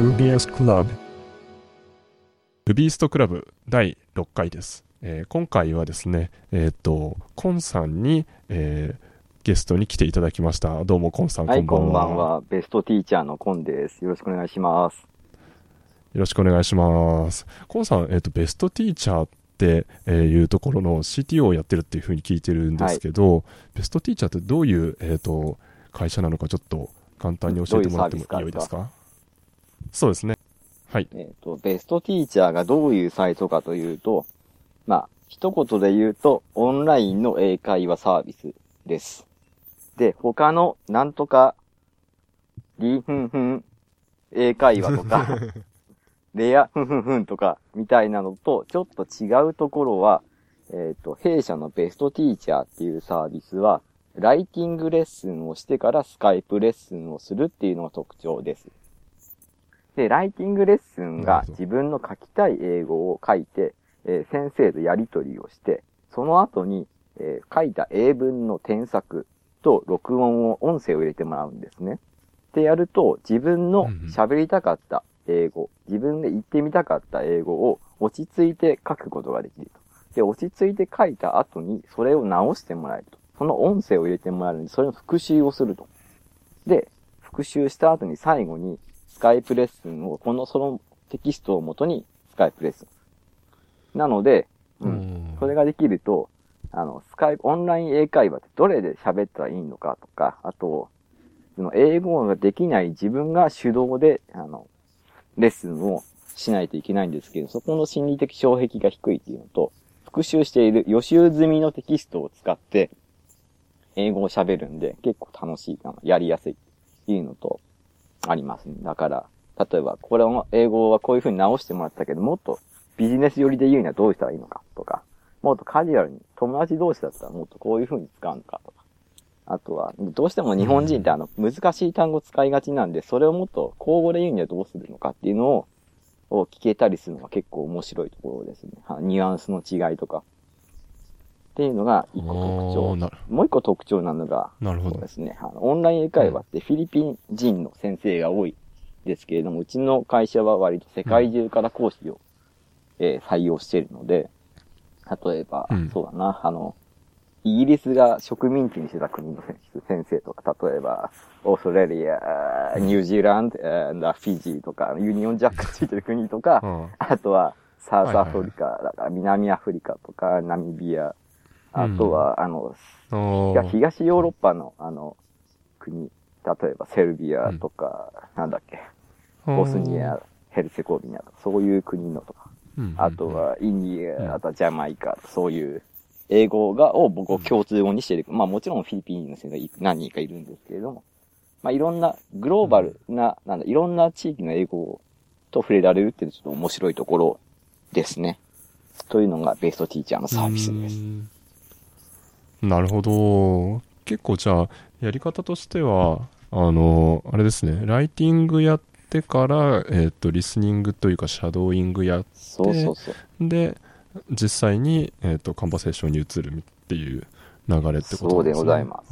Rubyist Club。ルビーストクラブ第6回です。今回はですね、コンさんに、ゲストに来ていただきました。どうもコンさん、 はい、 こんばんは。 こんばんは。ベストティーチャーのコンです。よろしくお願いします。 よろしくお願いします。コンさん、ベストティーチャーっていうところの CTO をやってるっていうふうに聞いてるんですけど、ベストティーチャーってどういう、会社なのかちょっと簡単に教えてもらってもよいですか？そうですね。はい。 ベストティーチャーがどういうサイトかというと、一言で言うと、オンラインの英会話サービスです。で、他のなんとか、リフンフン英会話とか、レアフンフンフンとか、みたいなのと、ちょっと違うところは、弊社のベストティーチャーっていうサービスは、ライティングレッスンをしてからスカイプレッスンをするっていうのが特徴です。で、ライティングレッスンが自分の書きたい英語を書いて、先生とやり取りをして、その後に、書いた英文の添削と録音を、音声を入れてもらうんですね。でやると、自分の喋りたかった英語、自分で言ってみたかった英語を落ち着いて書くことができると。で、落ち着いて書いた後に、それを直してもらえると。その音声を入れてもらえるので、それの復習をすると。で、復習した後に最後に、スカイプレッスンを、そのテキストを元にスカイプレッスン。なので、それができると、オンライン英会話ってどれで喋ったらいいのかとか、あと、その英語ができない自分が手動で、レッスンをしないといけないんですけど、そこの心理的障壁が低いっていうのと、復習している予習済みのテキストを使って、英語を喋るんで、結構楽しいかな、やりやすいっていうのと、ありますね。だから、例えば、これの英語はこういう風に直してもらったけど、もっとビジネス寄りで言うにはどうしたらいいのかとか、もっとカジュアルに、友達同士だったらもっとこういう風に使うのかとか。あとは、どうしても日本人って難しい単語使いがちなんで、それをもっと口語で言うにはどうするのかっていうのを聞けたりするのが結構面白いところですね。ニュアンスの違いとか。っていうのが一個特徴。もう一個特徴なのが、そうですね。オンライン英会話ってフィリピン人の先生が多いですけれども、うちの会社は割と世界中から講師を、採用しているので、例えば、そうだな、イギリスが植民地にしてた国の先生とか、例えば、オーストラリア、ニュージーランド、フィジーとか、ユニオンジャックついてる国とか、あとは、サウスアフリカ、だから南アフリカとか、ナミビア、あとは、東ヨーロッパの、国、例えばセルビアとか、なんだっけ、ボスニア、ヘルセゴビナとか、そういう国のとか、あとはインディア、あとはジャマイカ、そういう英語を僕を共通語にしている。もちろんフィリピンの先生が何人かいるんですけれども、いろんなグローバルな、いろんな地域の英語と触れられるっていうのはちょっと面白いところですね。というのがベストティーチャーのサービスです。 なるほど。結構じゃあ、やり方としては、あれですね、ライティングやってから、リスニングというか、シャドーイングやって、 そうで、実際に、カンバセーションに移るっていう流れってことですね。 そうでございます。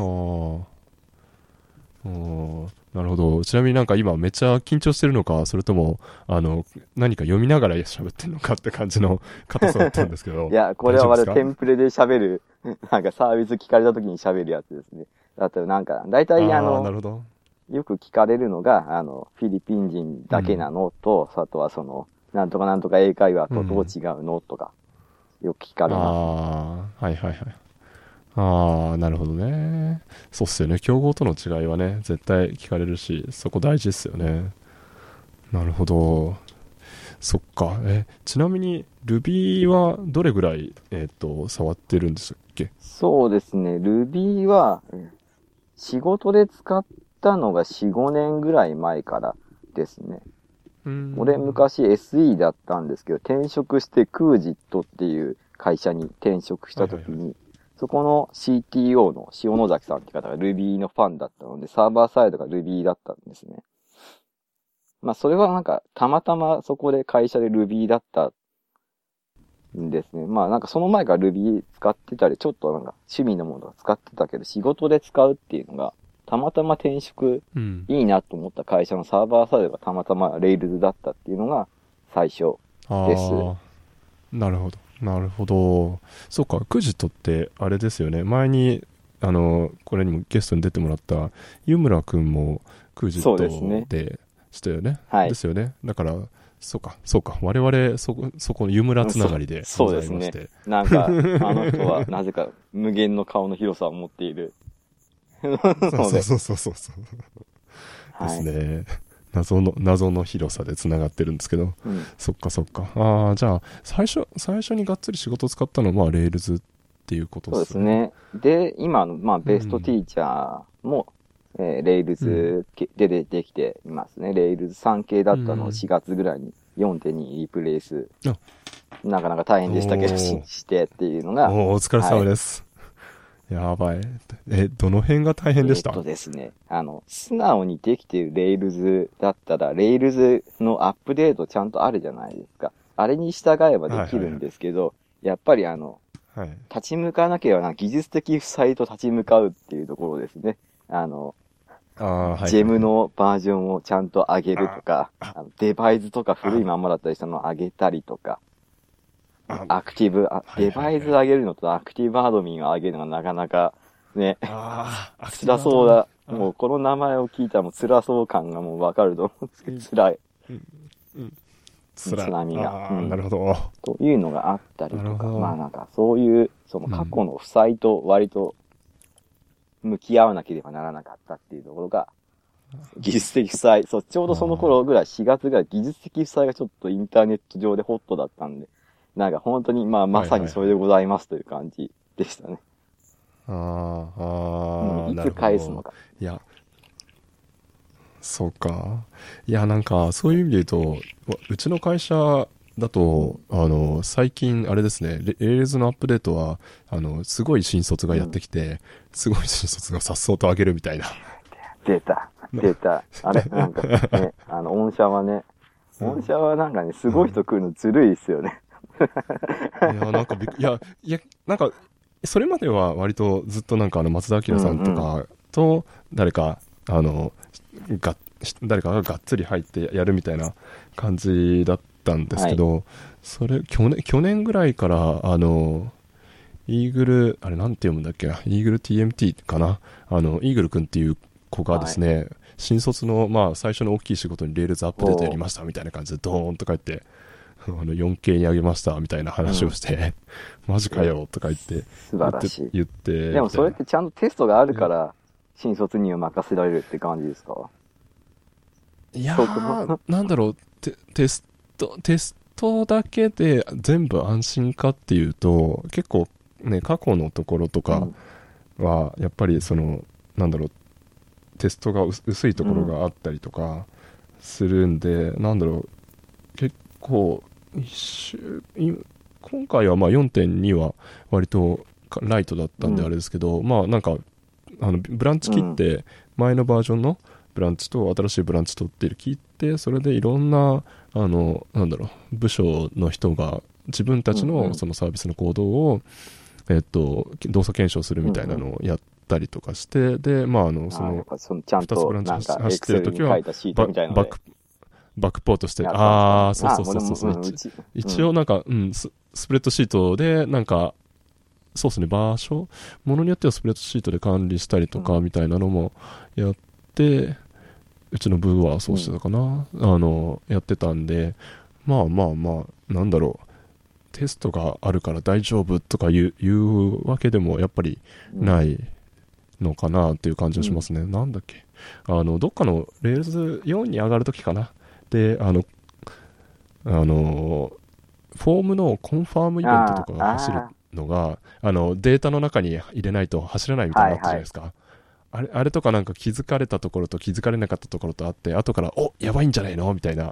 なるほど。ちなみになんか今めっちゃ緊張してるのか、それとも、何か読みながら喋ってるのかって感じの硬さだったんですけど。 いや、これはまだテンプレで喋る、なんかサービス聞かれた時に喋るやつですね。だってなんか、大体なるほど。 よく聞かれるのが、フィリピン人だけなのと、あとはなんとかなんとか英会話とどう違うのとか、よく聞かれます。 はいはいはい。なるほどね。そうっすよね。競合との違いはね、絶対聞かれるし、そこ大事っすよね。なるほど。そっか。ちなみに Ruby はどれぐらい、触ってるんでしたっけ？ そうですね。Ruby は、仕事で使ったのが4、5年ぐらい前からですね。俺昔 SE だったんですけど、転職してクージットっていう会社に転職した時に、そこの CTO の塩野崎さんって方が Ruby のファンだったので、サーバーサイドが Ruby だったんですね。それはなんか、たまたまそこで会社で Ruby だったんですね。なんかその前から Ruby 使ってたり、ちょっとなんか趣味のものを使ってたけど、仕事で使うっていうのがたまたま転職うん。 いいなと思った会社のサーバーサイドがたまたま Rails だったっていうのが最初です。 ああ、なるほど。なるほど。そうか、クジトってあれですよね。前に、これにもゲストに出てもらった湯村くんもクジそうですね。 トでしたよね。 はい。 ですよね。だから、そうか、そうか。我々、そこの湯村つながりでござそうですね。 いまして。 なんか、あの人はなぜか無限の顔の広さを持っているそうので、 そうそうそうそうそう。ではい。 すね。謎の広さでつながってるんですけど。 うん。 そっかそっか。ああ、じゃあ、最初にがっつり仕事を使ったのは、まあ、レールズっていうことでそうですね。 すね。で、今の、まあ、ベストテうん。 ィーチャーも、 うん。 Rails で出てきていますね。Rails 3系だうったのをん。 4月ぐらいに4.2リプレイス。 あ、 なかなか大変でしたけど、 おー、 してっていうのが、 お疲れはい。 様です。やばい。どの辺が大変でした？ ですね。素直にできている Rails だったら、Rails のアップデートちゃんとあるじゃないですか。あれに従えばできるんはいはいはい。 ですけど、やっぱりはい。 立ち向かなければな、技術的負債と立ち向かうっていうところですね。あの、 ああ、はいジェムはいはい。 のバージョンをちゃんと上げるとあ、 か、 あ、 デバイスとか古いあ、 まんまだったりしたのを上げたりとか、 あ、 アクティブ、 はいデバイスはいはい。 上げるのとアクティブアドミンを上げるのがなかなかね、 ああ、アクティ辛ブアドミン。 そうだ。もうこの名前を聞いたらもう辛そう感がもうわかると思うんですけど、 うん、 辛い。 うん、うん。 津波が。うああ、なん。 るほど。 というのがあったりなとか、まるほど。 あなんかそういう、そのうん。 過去の負債と割と向き合わなければならなかったっていうところが、技術的負債、そう、ちょうどその頃あぐらい、4月ぐらい、技術的負債がちょっとインターネット上でホットだったんで、なんか本当に、まああ、 まさにそれではいはいはい。 ございますという感じでしたね。 あーもうあー、なるいつほど。 返すのか。 いや、そうか。いや、なんか、そういう意味で言うと、うちの会社だと、 うん。 最近、あれですね、レールズのアップデートは、すごい新卒がやってうん。 きて、すごい新卒が颯爽と上げるみたいな。 出た。出た。あれなんかね、御社はね、御うん。 社はなんかね、すごいうん。 人来るのずるいっすよね。 いや、なんかいや、なんか、それまでは割とずっとなんか松田う明さんんうん。 とかと、誰か、あの、が、誰かががっつり入ってやるみたいな感じだったんですはい。 けど、去年ぐらいから、イーグル、あれなんて読むんだっけな、イーグル TMT かな、イーグルくんっていう子がではい。 すね、新卒の、まあ、最初の大きい仕事にレールズアップデートやりおー。 ましたみたいな感じでドーンとか言って、4K に上げましたみたいな話をうん。 してマジかよとか素晴らしい。 言ってでもみたいな。 それってちゃんとテストがあるいや、 から新卒には任せられるって感じですか？ いやそこ。 ー、なんだろう、テストだけで全部安心かっていうと、結構ね、過去のところとかうん。 は、やっぱりなんだろう、テストが薄いところうん。 があったりとかするんで、なんだろう、結構、一周、今回はまあ4.2は割とライトだったんであれうん。 ですけど、まあなんか、ブランチうん。 切って、前のバージョンのブランチと新しいブランチ取ってる切って、それでいろんな、なんだろう、部署の人が自分たうん。 ちのうん。 そのサービスのコードを、動作検証するみたいなうん。 のをやったりとかして、で、まあやっぱちゃん 2つブと、 ランチなんか、 走ってるエクセルにときは、 書いたシートバみたいので、 バックバックポートして、 やったんですかね。 ああ、そうあ、 そうそうそう、 俺も、うん、うち、うん。 一応なんか、スプレッドシートで、なんか、そうですね、場所、ものによってはスプレッドシートで管理したりとか、 うん。 みたいなのもやって、うちの部はそうしてうん。 たかな、やってたんで、まあまあまあ、なんだろう、テストがあるから大丈夫とかいうわけでもやっぱりうん。 ないのかなっていう感じうん。 がしますね。なんだっけ、どっかのレールズ4に上がるときかな。で、あの、フォームのコンファームイベントとかが走るあのが、データの中に入れないと走らないみたいなのあったじゃはいはい。 ないですか。あれとかなんか気づかれたところと気づかれなかったところとあって、後から、やばいんじゃないのみたいな、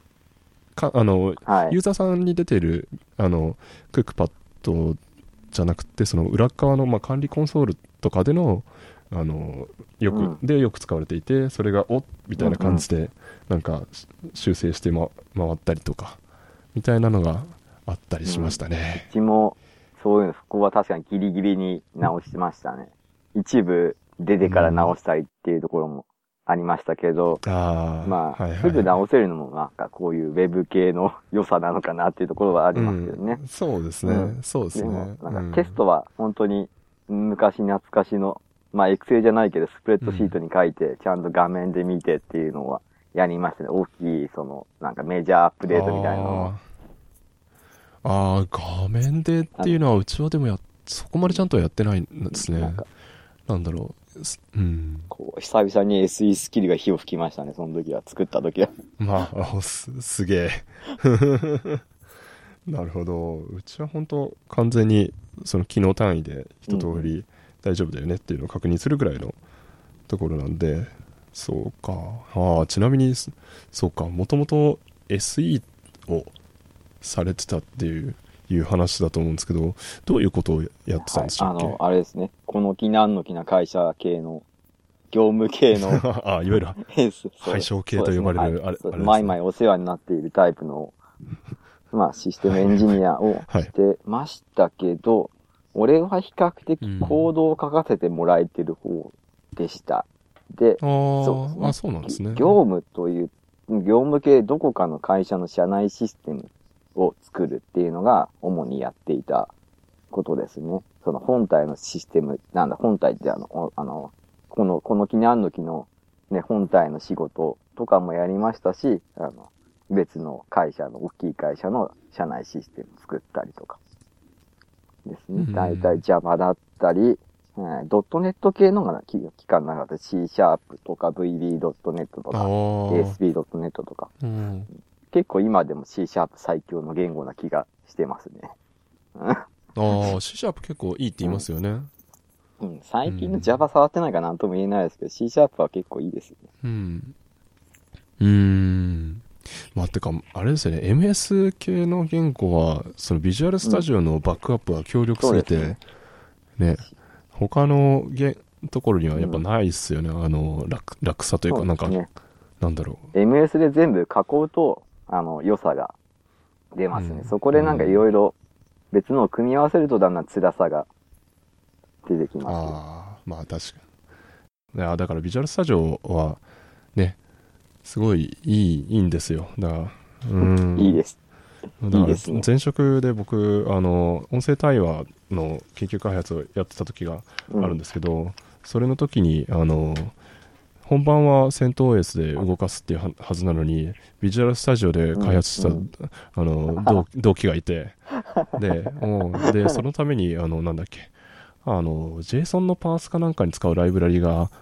はい。 ユーザーさんに出てる、クックパッドじゃなくて、その裏側の、まあ、管理コンソールとかでの、あの、 うん。 よく使われていて、それが、みたいなうんうん。 感じで、なんか、修正して、回ったりとか、みたいなのがあったりしましうん。うたね。 ちも、そういうの、そこは確かにギリギリに直してましたね。一部、 出てから直したりっていうところもありましたけど、まあ、すぐ直せるのもなんかこういうウェブ系の良さなのかなっていうところはありますけどね。 そうですね。そうですね。 でも、なんかテストは本当に昔懐かしの、まあ、エクセルじゃないけど、スプレッドシートに書いて、ちゃんと画面で見てっていうのはやりましたね。大きい、なんかメジャーアップデートみたいなのは。画面でっていうのは、うちはでもそこまでちゃんとはやってないんですね。なんだろう。 こう、久々に SE スキルが火を吹きましたね、その時は。作った時は。 まあ、すげえ。なるほど。うちは本当完全に、その機能単位で一通り大丈夫だよねっていうのを確認するぐらいのところなんで、そうか。ちなみに、そうか、もともと SE をされてたっていう話だと思うんですけど、どういうことをやってたんでしたっけ？ あれですね。この気なんの気な会社系の、業務系のいわゆる、配送系と呼ばれる、あれですね。 毎々お世話になっているタイプの、まあ、システムエンジニアをしてましたけど、俺は比較的コードを書かせてもらえてる方でした。で、 そうなんですね。 業務系どこかの会社の社内システムを作るっていうのが主にやっていたことですね。その本体のシステム、本体ってこの機なんの機のね、本体の仕事とかもやりましたし、別の会社の、大きい会社の社内システム作ったりとかですね。大体 Java だったり、ドットネット系のが期間長かった C シャープとか VB.net とか ASP.net とか、結構今でも C シャープ最強の言語な気がしてますね。 C シャープ結構いいって言いますよね。 最近の Java 触ってないからなんとも言えないですけど、C シャープは結構いいですよね。まあ、てか、あれですよね、MS 系の言語は、そのビジュアルスタジオのバックアップが強力すぎて、ね、他のところにはやっぱないっすよね、楽さというか、なんだろう。 MS で全部囲うと、良さが出ますね。そこでなんかいろいろ別のを組み合わせるとだんだん辛さが出てきます。 まあ確かに。だからビジュアルスタジオは、ね、すごいいいんですよ。だから、 いいです。 だから前職で僕、音声対話の研究開発をやってた時があるんですけど、それの時に、本番はセント OS で動かすっていうはずなのに、ビジュアルスタジオで開発した、同期がいて、で、そのために、なんだっけ、JSON のパースかなんかに使うライブラリが、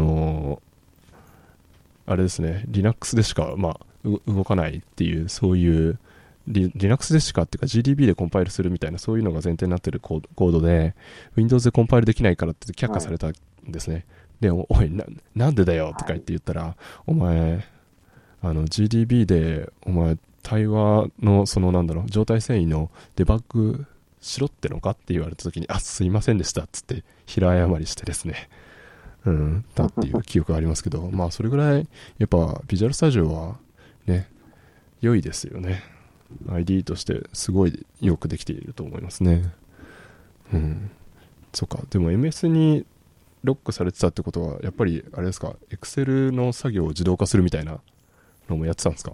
あれですね、Linux でしか、動かないっていう、そういう、Linux でしかっていうか GDB でコンパイルするみたいな、そういうのが前提になってるコードで、Windows でコンパイルできないからって却下されたんですね。で、おい、なんでだよとか言って言ったら、お前、GDB で、お前、対話の、状態遷移のデバッグしろってのかって言われた時に、すいませんでしたっつって平謝りしてですね、だっていう記憶がありますけど、まあそれぐらいやっぱビジュアルスタジオはね、良いですよね。 ID としてすごいよくできていると思いますね。そっか。でも MS にロックされてたってことはやっぱりあれですか、 Excel の作業を自動化するみたいなのもやってたんですか？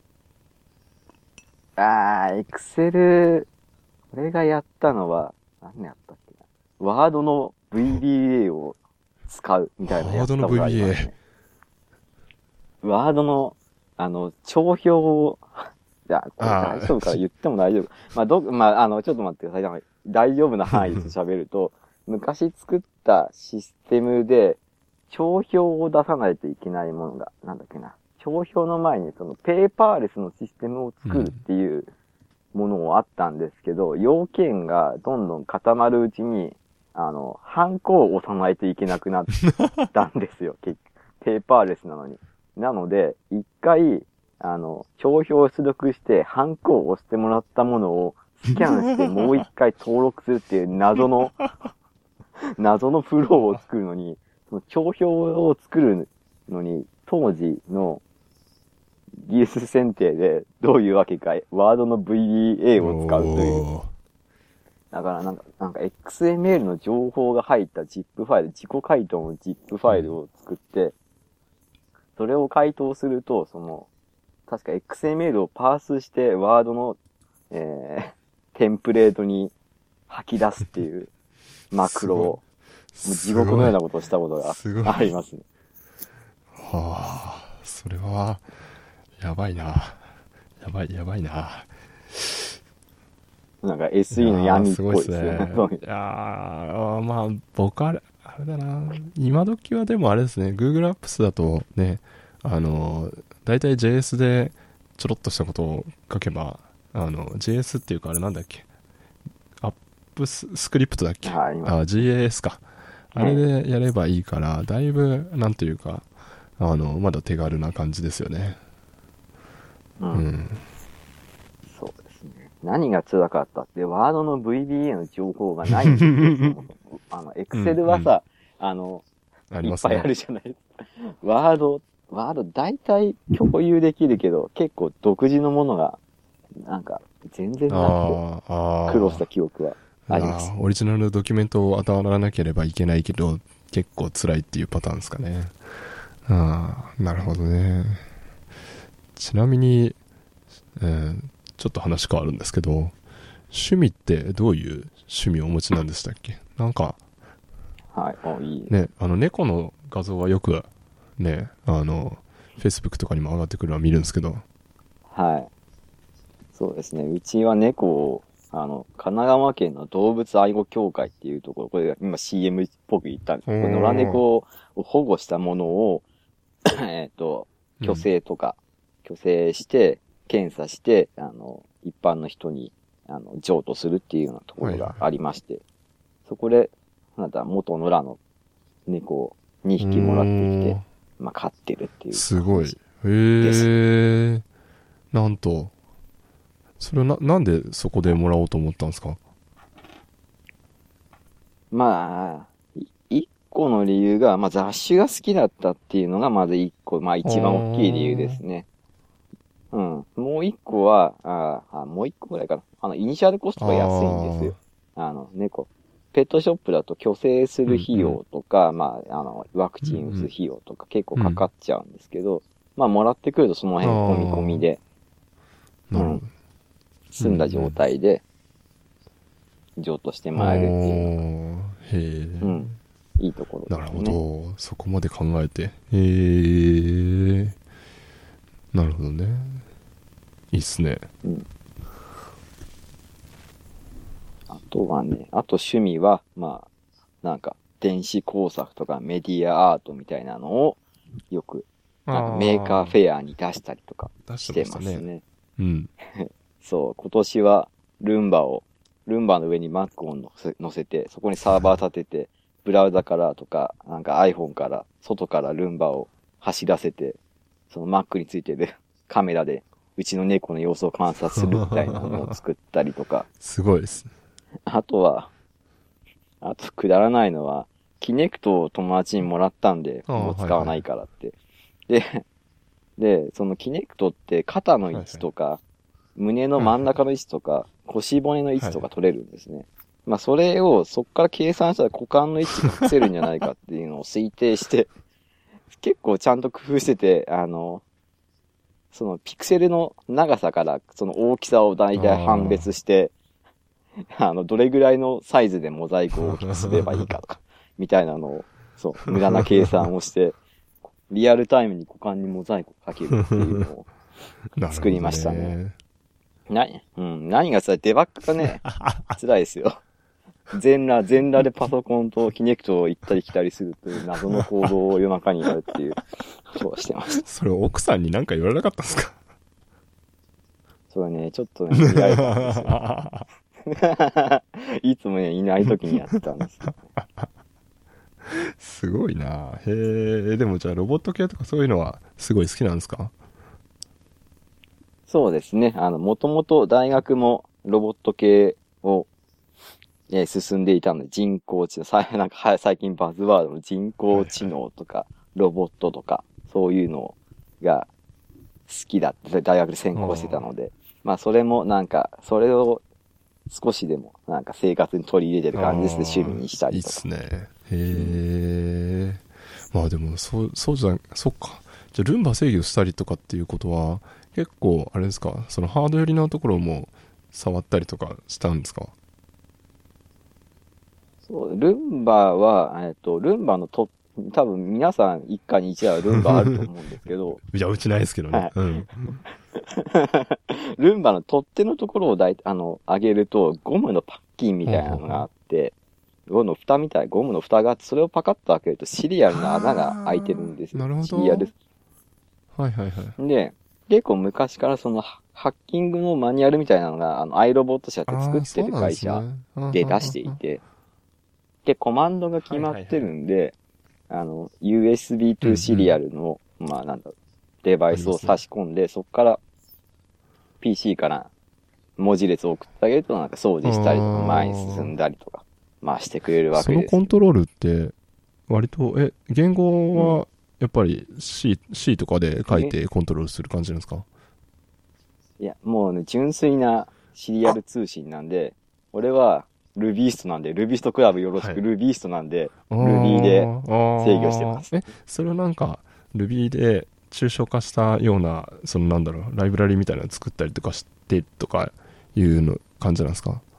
Excel、俺がやったのは、何やったっけな。ワードの VBA を使うみたいなやつ、ね。ワードの VBA。ワードの、帳票を、いや、これ大丈夫か言っても大丈夫。ちょっと待ってください。大丈夫な範囲で喋ると、昔作ったシステムで、帳票を出さないといけないものが、なんだっけな。帳票の前にペーパーレスのシステムを作るっていうものがあったんですけど、要件がどんどん固まるうちに、ハンコを押さないといけなくなったんですよ。ペーパーレスなのに。なので、一回、帳票を出力して、ハンコを押してもらったものをスキャンしてもう一回登録するっていう謎のフローを作るのに、その帳票を作るのに、当時の技術選定でどういうわけか、ワードの VBA を使うという。 だからなんか XML の情報が入った ZIP ファイル、自己回答の ZIP ファイルを作って、それを回答すると、確か XML をパースして、ワードの、テンプレートに吐き出すっていうマクロを、もう地獄のようなことをしたことがありますね。 はあ、それは、やばいな。やばいな。 なんか SE の闇っぽいですね。 いやー、まあ、僕あれだな。今時はでもあれですね、Google Apps だとね、だいたい JS でちょろっとしたことを書けば、JS っていうかあれなんだっけ、アップスクリプトだっけ、GAS か。あれでやればいいから、だいぶ、なんというか、まだ手軽な感じですよね。 うん。そうですね。何が辛かったって、ワードの VBA の情報がないんですよ。Excel はさ、いっぱいあるじゃないですか。ワード大体共有できるけど、結構独自のものが、なんか、全然なくて、苦労した記憶はあります。 オリジナルのドキュメントを当たらなければいけないけど、結構辛いっていうパターンですかね。なるほどね。ちなみに、ちょっと話変わるんですけど、趣味ってどういう趣味をお持ちなんでしたっけ？なんか、 はい、いいね、猫の画像はよく、ね、Facebook とかにも上がってくるのは見るんですけど。 はい。そうですね。うちは猫を、神奈川県の動物愛護協会っていうところ、これ今 CM っぽく言ったんですけど、野良猫を保護したものを、去勢とか、去勢して、検査して、一般の人に、譲渡するっていうようなところがありまして、そこで、元野良の猫を2匹もらってきて、まあ、飼ってるっていう。 すごい。なんと、それはなんでそこでもらおうと思ったんですか？ まあ、一個の理由が、まあ雑種が好きだったっていうのがまず一個、まあ一番大きい理由ですね。うん。もう一個は、もう一個ぐらいかな。イニシャルコストが安いんですよ。猫。ペットショップだと去勢する費用とか、まあ、ワクチン打つ費用とか結構かかっちゃうんですけど、まあもらってくるとその辺込み込みで、済んだ状態で、譲渡してもらえるっていうのは、いいところですね。 なるほど。そこまで考えて。なるほどね。いいっすね。 あとはね、あと趣味は、まあ、なんか、電子工作とかメディアアートみたいなのを、よく、なんかメーカーフェアに出したりとかしてますね。そう、今年はルンバの上に Mac を乗せて、そこにサーバー立てて、ブラウザからとか、なんか iPhone から、外からルンバを走らせて、その Mac についてるカメラで、うちの猫の様子を観察するみたいなのを作ったりとか。 すごいです。 あとくだらないのは、キネクトを友達にもらったんで、もう使わないからって。で、そのキネクトって肩の位置とか、胸の真ん中の位置とか、腰骨の位置とか取れるんですね。まあそれをそっから計算したら股間の位置隠せるんじゃないかっていうのを推定して、結構ちゃんと工夫してて、そのピクセルの長さからその大きさを大体判別して、どれぐらいのサイズでモザイクを大きくすればいいかとか、みたいなのを、そう、無駄な計算をして、リアルタイムに股間にモザイクをかけるっていうのを作りましたね。何が辛い？デバッグがね、辛いですよ。全裸でパソコンとキネクトを行ったり来たりするという謎の行動を夜中にやるっていうことをしてました。 それ奥さんに何か言われなかったんですか？ それね、ちょっとね、見られたんですよ。いつもね、いない時にやってたんですよ。 すごいな。でもじゃあロボット系とかそういうのはすごい好きなんですか？ そうですね。もともと大学もロボット系を、進んでいたので、人工知能、なんか最近バズワードの人工知能とか、ロボットとか、そういうのが好きだって、大学で専攻してたので、まあそれもなんか、それを少しでもなんか生活に取り入れてる感じですね、趣味にしたりとか。 いいっすね。へえ。まあでも、そうじゃん、そっか。じゃあルンバ制御したりとかっていうことは、結構、あれですか、そのハード寄りのところも触ったりとかしたんですか？ そう、ルンバは、ルンバの多分皆さん一家に一台はルンバあると思うんですけど、 いや、うちないですけどね。 はい。 うん。 ルンバの取っ手のところを上げると、ゴムのパッキンみたいなのがあって、ゴムの蓋があって、それをパカッと開けるとシリアルの穴が開いてるんですよ。 なるほど。 シリアル。 はいはいはい。 で、結構昔からそのハッキングのマニュアルみたいなのが、アイロボット社って作ってる会社で出していて、で、コマンドが決まってるんで、USB to シリアルの、まあなんだろう、デバイスを差し込んで、そこから PC から文字列を送ってあげると、なんか掃除したりとか、前に進んだりとか、まあしてくれるわけです。 そのコントロールって、割と、言語は、やっぱり C とかで書いてコントロールする感じなんですか？ いや、もうね、純粋なシリアル通信なんで、俺は Rubyist なんで、Rubyist クラブよろしく、 はい、 Rubyist なんで、Ruby で制御してます。 それはなんか、Ruby で抽象化したような、そのなんだろう、ライブラリみたいなの作ったりとかしてとかいうの感じなんですか？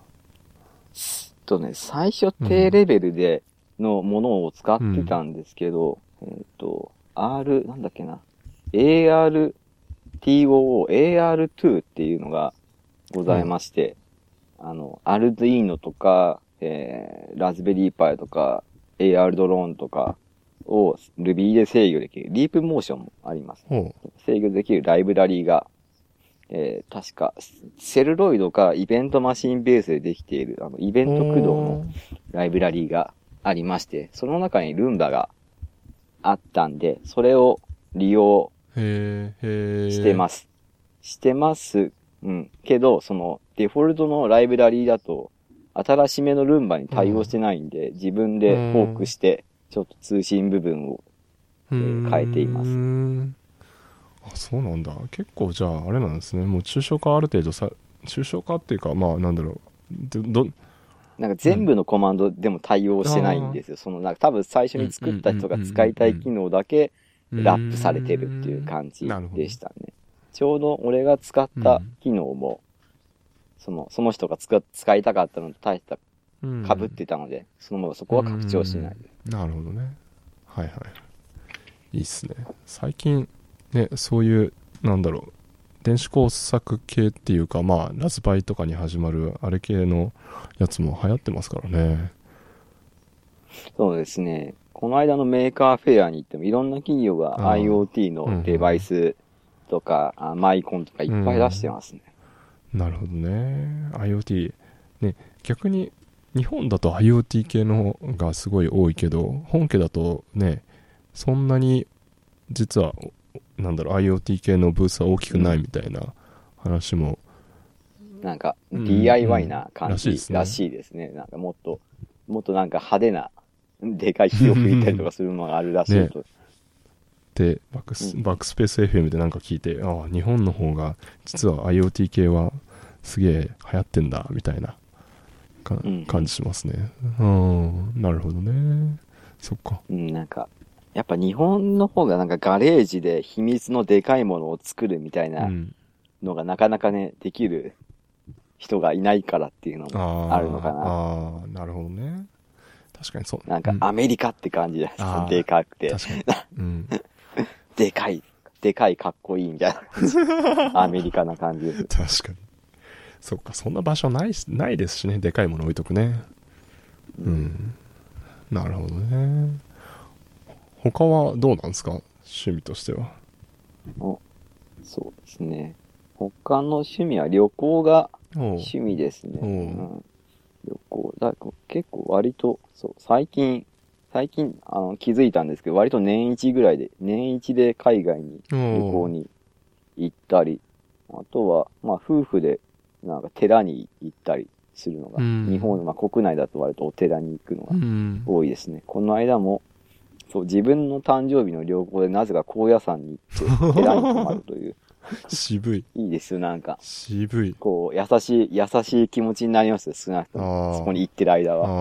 最初低レベルでのものを使ってたんですけど、なんだっけな、ARTOO、AR2 っていうのがございまして、アルドゥイーノとか、ラズベリーパイとか、AR ドローンとかを Ruby で制御できる、リープモーションもあります。制御できるライブラリーが、確か、セルロイドかイベントマシンベースでできている、イベント駆動のライブラリーがありまして、その中にルンバがあったんで、それを利用してます。してます。うん。けど、その、デフォルトのライブラリーだと、新しめのルンバに対応してないんで、自分でフォークして、ちょっと通信部分を、変えています。 あ、そうなんだ。結構じゃあ、あれなんですね。もう抽象化ある程度抽象化っていうか、まあなんだろう。 なんか全部のコマンドでも対応してないんですよ。その、なんか多分最初に作った人が使いたい機能だけラップされてるっていう感じでしたね。ちょうど俺が使った機能も、その人が使いたかったのと大した被ってたので、そこは拡張しない。 なるほどね。はいはい。いいっすね。最近、ね、そういう、なんだろう、電子工作系っていうか、まあ、ラズパイとかに始まる、あれ系のやつも流行ってますからね。 そうですね。この間のメーカーフェアに行っても、いろんな企業が IoT のデバイスとか、マイコンとかいっぱい出してますね。 なるほどね。IoT。ね、逆に、日本だと IoT 系のがすごい多いけど、本家だとね、そんなに、実は、なんだろう、IoT 系のブースは大きくないみたいな話も、 なんか DIY な感じらしいですね。なんかもっとなんか派手な、でかい火を吹いたりとかするものがあるらしいと。 ね、で、バックスペース FM でなんか聞いて、ああ、日本の方が実は IoT 系はすげえ流行ってんだ、みたいな感じしますね。なるほどね。そっか。 なんか、やっぱ日本の方がなんかガレージで秘密のでかいものを作るみたいなのがなかなかね、できる人がいないからっていうのもあるのかな。 ああ、なるほどね。確かにそう。 なんかアメリカって感じじゃないですか。でかくて。 確かに。 でかいかっこいいみたいな感じ。アメリカな感じです。 確かに。そっか、そんな場所ないですしね。でかいもの置いとくね。なるほどね。他はどうなんですか？趣味としては。 そうですね。他の趣味は旅行が趣味ですね。旅行。結構割と、最近気づいたんですけど、割と年一で海外に旅行に行ったり、あとは、まあ夫婦でなんか寺に行ったりするのが、日本の、国内だと割とお寺に行くのが多いですね。この間も、自分の誕生日の旅行でなぜか高野山に行って寺に泊まるという渋い。 いいですよ、なんか。 渋い。 こう、優しい気持ちになりますよ、少なくとも。そこに行ってる間は。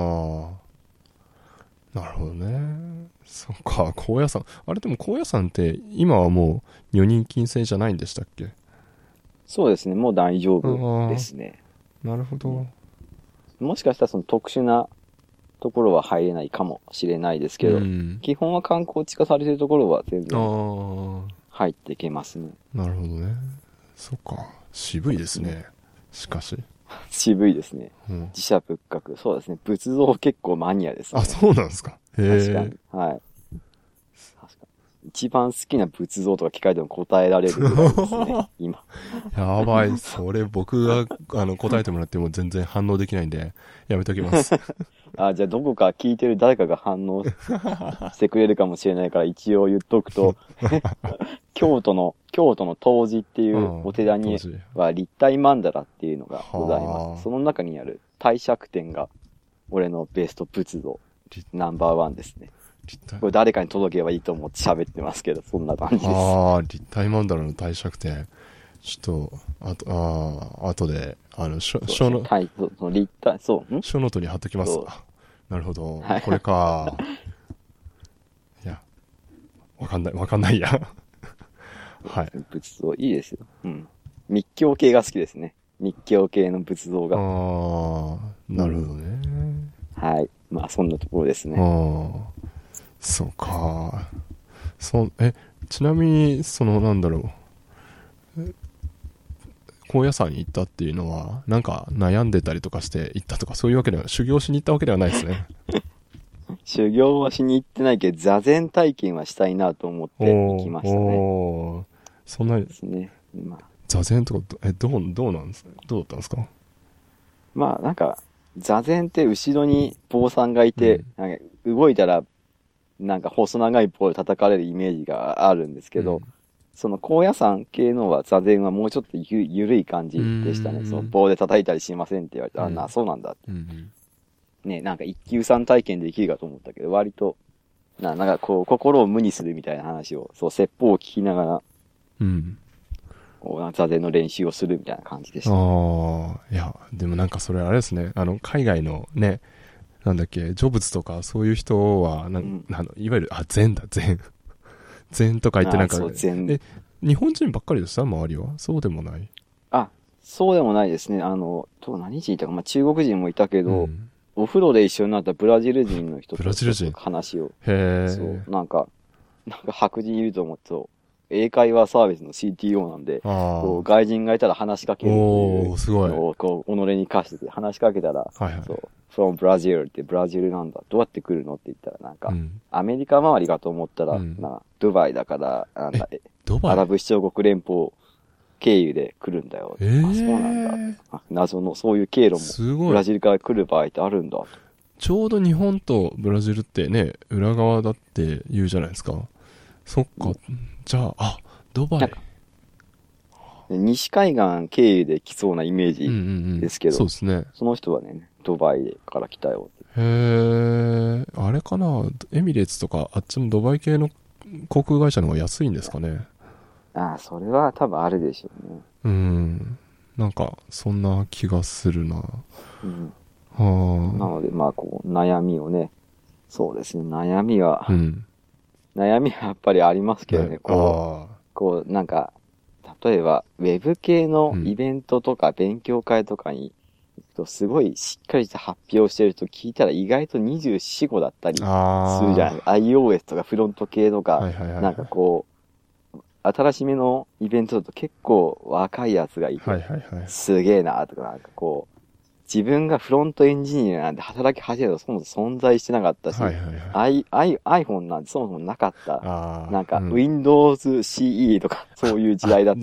なるほどね。そっか、高野山。あれでも高野山って今はもう女人禁制じゃないんでしたっけ？ そうですね、もう大丈夫ですね。 なるほど。 もしかしたらその特殊なところは入れないかもしれないですけど、基本は観光地化されてるところは全然入っていけますね。 なるほどね。そっか、渋いですね。しかし。 渋いですね。寺社仏閣。そうですね。仏像結構マニアですね。 あ、そうなんですか。 確かに。はい。確かに。一番好きな仏像とか聞かれても答えられるぐらいですね。今。 やばい。それ僕が答えてもらっても全然反応できないんで、やめときます。 あ、じゃあどこか聞いてる誰かが反応してくれるかもしれないから一応言っとくと、京都の東寺っていうお寺には立体曼荼羅っていうのがございます。その中にある帝釈天が俺のベスト仏像ナンバーワンですね。これ誰かに届ければいいと思って喋ってますけど、そんな感じです。 ああ、立体曼荼羅の帝釈天。ちょっと、あとで、書の、 立体、 書ノートに貼っときます。なるほど。これか。いや、わかんないや。はい。 仏像いいですよ。うん。密教系が好きですね。密教系の仏像が。 ああ、なるほどね。 はい。まあそんなところですね。 そうか。ちなみに、なんだろう。高野山に行ったっていうのは、なんか悩んでたりとかして行ったとか、そういうわけでは、修行しに行ったわけではないですね。 修行はしに行ってないけど、座禅体験はしたいなと思って行きましたね。 そんなにですね。まあ、 座禅とか、どうなんですか？どうだったんですか？ まあ、なんか、座禅って後ろに坊さんがいて、なんか動いたら、なんか細長い棒で叩かれるイメージがあるんですけど、その高野山系のは座禅はもうちょっとゆるい感じでしたね。その棒で叩いたりしませんって言われて、そうなんだって。ね、なんか一級さん体験できるかと思ったけど、割と、なんかこう、心を無にするみたいな話を、そう、説法を聞きながら、座禅の練習をするみたいな感じでした。 いや、でもなんかそれあれですね、海外のね、なんだっけ、成仏とかそういう人は、いわゆる、禅だ、禅。禅とか言ってなんか、日本人ばっかりでした周りは？そうでもない？ そうでもないですね。何人いたか、まあ中国人もいたけど、お風呂で一緒になったブラジル人の人と話を。そう、なんか白人いると思って、英会話サービスの CTO なんで、こう外人がいたら話しかけるのを、こう、己に課してて、話しかけたら、そう、from Brazil ってブラジルなんだ。どうやって来るのって言ったら、なんか、アメリカ周りかと思ったら、ドバイだから、アラブ首長国連邦経由で来るんだよ。そうなんだ。謎の、そういう経路も、ブラジルから来る場合ってあるんだ。 ちょうど日本とブラジルってね、裏側だって言うじゃないですか。そっか。じゃあ、ドバイ。 西海岸経由で来そうなイメージですけど、 そうですね。 その人はね、ドバイから来たよって。 あれかな、エミレーツとか、あっちのドバイ系の航空会社の方が安いんですかね。 それは多分あるでしょうね。 なんか、そんな気がするな。 なので、まあ、こう、悩みをね、そうですね、悩みはやっぱりありますけどね、こう、なんか、例えば、ウェブ系のイベントとか勉強会とかに行くと、すごいしっかりした発表してる人聞いたら意外と24、5だったりするじゃない。iOS とかフロント系とか、なんかこう、新しめのイベントだと結構若いやつがいて、すげえなとか、なんかこう、自分がフロントエンジニアなんて働き始めたらそもそも存在してなかったし、iPhone なんてそもそもなかった。なんか、Windows CE とか、そういう時代だった。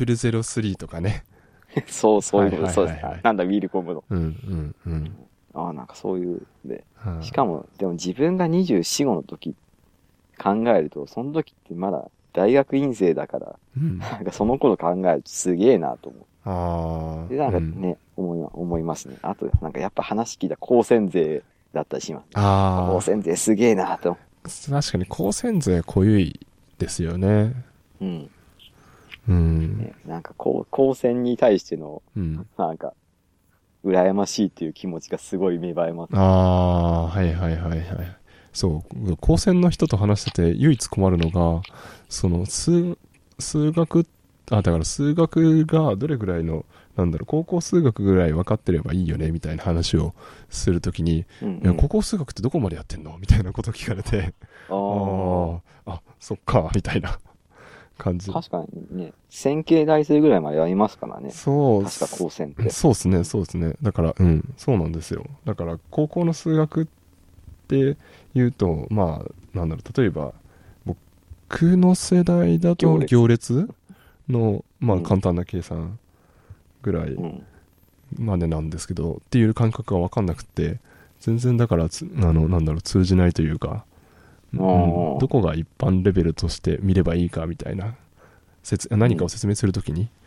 003とかね。 そういうことです。そうです。なんだ、ウィルコムの。なんかそういうで。しかも、でも自分が24、5の時考えると、その時ってまだ大学院生だから、なんかその頃考えるとすげえなと思う。で、なんかね、思いますね。あと、なんかやっぱ話聞いた高専勢だったりします。高専勢すげえなと。 確かに高専勢濃いですよね。 うん。 ね、なんか高専に対しての、 うん。 なんか、羨ましいっていう気持ちがすごい芽生えます。 ああ、はいはいはいはい。そう、高専の人と話してて唯一困るのが、その数学、だから数学がどれぐらいの、高校数学ぐらい分かってればいいよねみたいな話をするときに、 うんうん。 いや高校数学ってどこまでやってんのみたいなこと聞かれて、 あそっか、みたいな感あ、 じ。 確かにね、線形代数ぐらいまでやりますからね。 そう、 確か高専って。 そうですね、そうですね。だから、そうなんですよ。だから、高校の数学って言うと、まあ、例えば、僕の世代だと行列の、まあ、 うん簡単な計算ぐらいうん。 までなんですけど、っていう感覚が分かんなくて、全然だから通じないというか、どこが一般レベルとして見ればいいかみたいな、何かを説明するときに、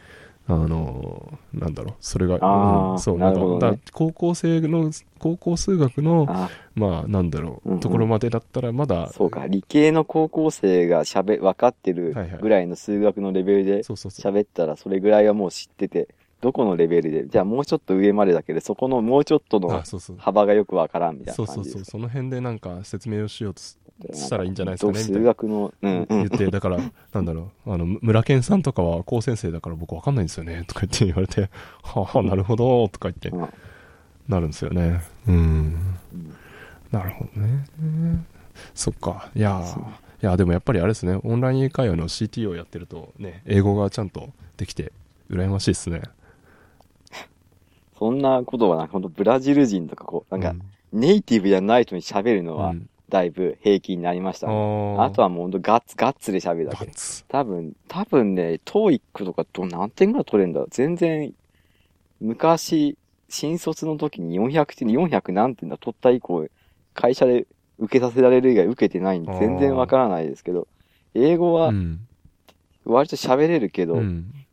それが、そう、 なるほどね。 高校数学の、 あ、 まあ、ところまでだったらまだ、 そうか、理系の高校生が分かってるはいはい。 ぐらいの数学のレベルでそうそうそう。 喋ったら、それぐらいはもう知ってて、どこのレベルで、じゃあもうちょっと上までだけど、そこのもうちょっとのそうそう。 幅がよくわからんみたいなそうそうそう。 感じですか。 その辺で説明をしようとしたらいいんじゃないですかね、みた数いな。 学の、 言って、だから、村健さんとかは高先生だから僕わかんないんですよね、とか言って言われて、はあ、なるほど、とか言って、なるんですよね。なるほどね。そっか。いや、でもやっぱりあれですね、オンライン英会話の CTO やってるとね、英語がちゃんとできて、羨ましいですね。 そんなことはな、ほんとブラジル人とかネイティブじゃない人に喋るのは、だいぶ平気になりましたね。あとはもうほんとガッツで喋るだけ。多分ね、TOEIC とか何点ぐらい取れるんだろう。全然、昔、新卒の時に400何点だ取った以降、会社で受けさせられる以外受けてないんで、全然わからないですけど、英語は、割と喋れるけど、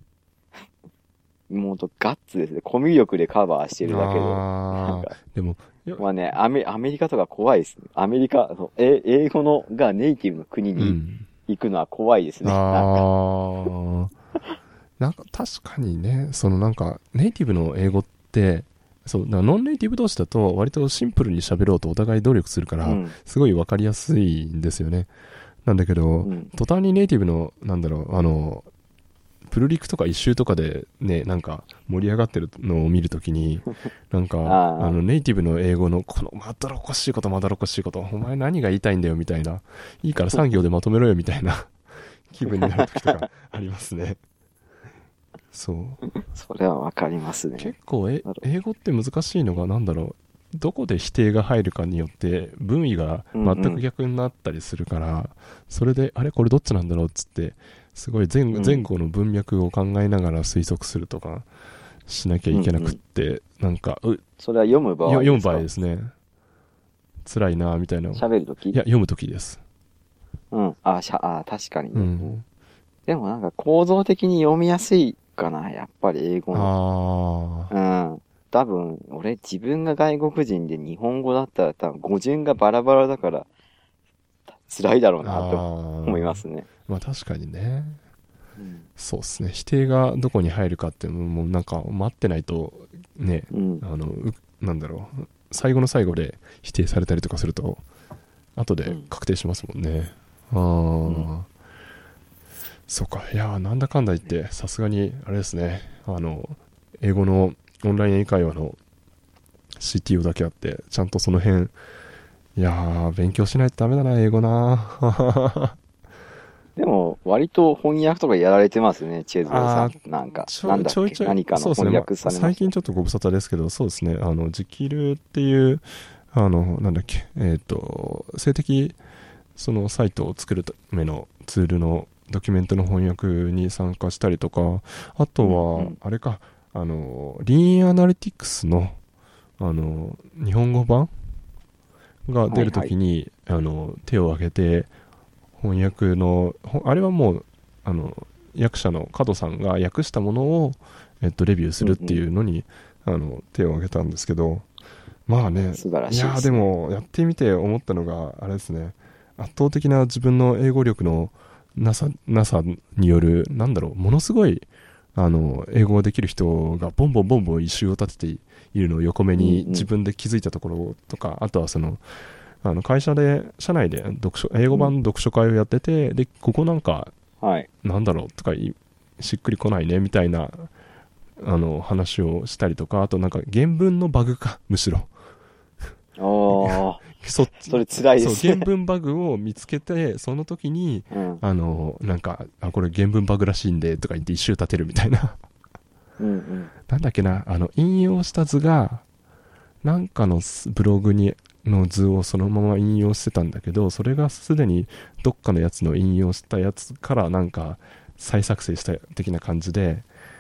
もうガッツですね。コミュ力でカバーしてるだけで。 でも、 まあね、アメリカとか怖いですね。アメリカ、英語がネイティブの国に行くのは怖いですね。 なんか確かにね、ネイティブの英語って、ノンネイティブ同士だと割とシンプルに喋ろうとお互い努力するから、すごいわかりやすいんですよね。なんだけど、途端にネイティブの、プルリクとか一周とかでね、盛り上がってるのを見るときに、ネイティブの英語のこのまどろっこしいこと、お前何が言いたいんだよみたいな、いいから3行でまとめろよみたいな気分になるときとかありますね。そう。 それはわかりますね。 結構英語って難しいのがどこで否定が入るかによって文意が全く逆になったりするから、それであれこれどっちなんだろうっつってすごい前後の文脈を考えながら推測するとかしなきゃいけなくって、 それは読む場合ですか？ 読む場合ですね。辛いなみたいな。 喋るとき？ いや、読むときです。 確かにね。でも構造的に読みやすいかな、やっぱり英語の。多分、俺自分が外国人で日本語だったら多分語順がバラバラだから辛いだろうなと思いますね。 まあ確かにね。そうですね。否定がどこに入るかっていうのも待ってないとね、最後の最後で否定されたりとかすると後で確定しますもんね。そうか。いやー、なんだかんだ言ってさすがにあれですね、英語のオンライン英会話の CTO だけあってちゃんとその辺、いやー勉強しないとダメだな英語な。 でも割と翻訳とかやられてますね、チェズさん。何かの翻訳されました。 最近ちょっとご無沙汰ですけど、そうですね、ジキルっていう性的そのサイトを作るためのツールのドキュメントの翻訳に参加したりとか、あとはあれか、リーンアナリティクスの日本語版が出るときに、手を挙げて翻訳のあれはもう役者の角さんが訳したものを、レビューするっていうのに、手を挙げたんですけど、まあね、いやでもやってみて思ったのがあれですね、圧倒的な自分の英語力の NASA による、なんだろう、ものすごい、英語ができる人がボンボンボンボン一周を立てているのを横目に自分で気づいたところとか、あとは会社内で英語版読書会をやってて、で、ここなんか、なんだろうとかしっくりこないねみたいな、話をしたりとか、あとなんか原文のバグか、むしろ。 それ辛いですね。 そう、原文バグを見つけて、その時に、なんか、これ原文バグらしいんで、とか言って一周立てるみたいな。なんだっけな、引用した図が、なんかのブログの図をそのまま引用してたんだけど、それがすでにどっかのやつの引用したやつからなんか再作成した的な感じで、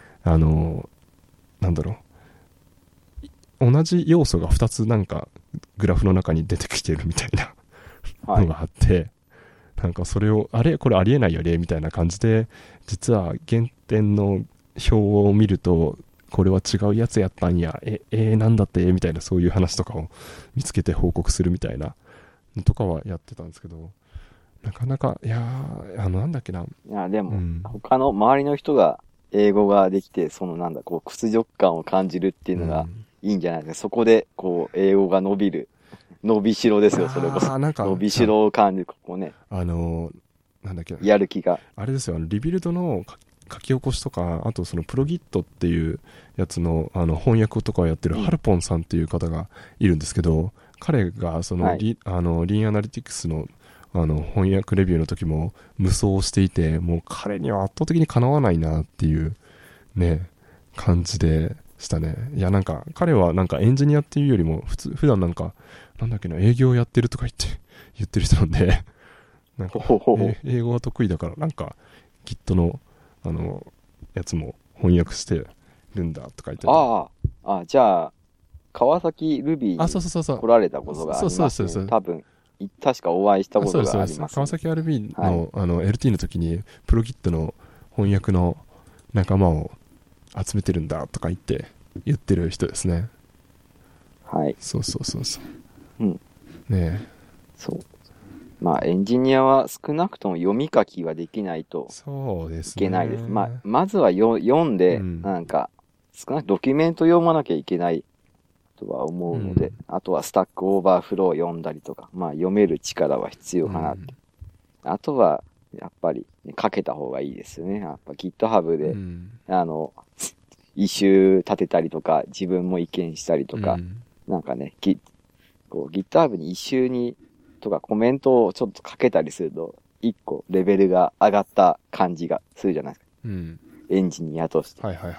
なんだろう、同じ要素が2つなんかグラフの中に出てきてるみたいなのがあって、なんかそれをこれありえないよねみたいな感じで、実は原点の表を見るとこれは違うやつやったんや、なんだってみたいな、そういう話とかを見つけて報告するみたいなのとかはやってたんですけど、なかなか、なんだっけな。 いや、でも、他の周りの人が英語ができて、屈辱感を感じるっていうのがいいんじゃないですか。そこで、英語が伸びる。伸びしろですよ、それこそ。伸びしろを感じる、ここね。 なんだっけな。 やる気が。 あれですよ、リビルドの書き起こしとか、あとプロギットっていうやつの、翻訳とかをやってるハルポンさんっていう方がいるんですけど、彼がリーンアナリティクスの翻訳レビューの時も無双していて、もう彼には圧倒的にかなわないなっていうね、感じでしたね。いや、なんか彼はなんかエンジニアっていうよりも普段なんか、なんだっけな、営業やってるとか言ってる人なんで、なんか英語が得意だからなんか Git のやつも翻訳してるんだとか言ってて。じゃあ、川崎ルビーに来られたことがありますね。そう多分、確かお会いしたことがあります、ね。 川崎 RB の、LT の時に、プロギットの翻訳の仲間を集めてるんだとか言ってる人ですね。 はい。 そう。 うん。 ねえ。 そう。まあ、エンジニアは少なくとも読み書きはできないといけないです。まずは読んで、なんか、少なくドキュメント読まなきゃいけないとは思うので、あとはスタックオーバーフロー読んだりとか、読める力は必要かなって。あとは、やっぱり、かけた方がいいですよね。やっぱ GitHub で、イシュー立てたりとか、自分も意見したりとか、なんかね、GitHub にイシューとかコメントをちょっとかけたりすると、一個レベルが上がった感じがするじゃないですか。エンジニアとして。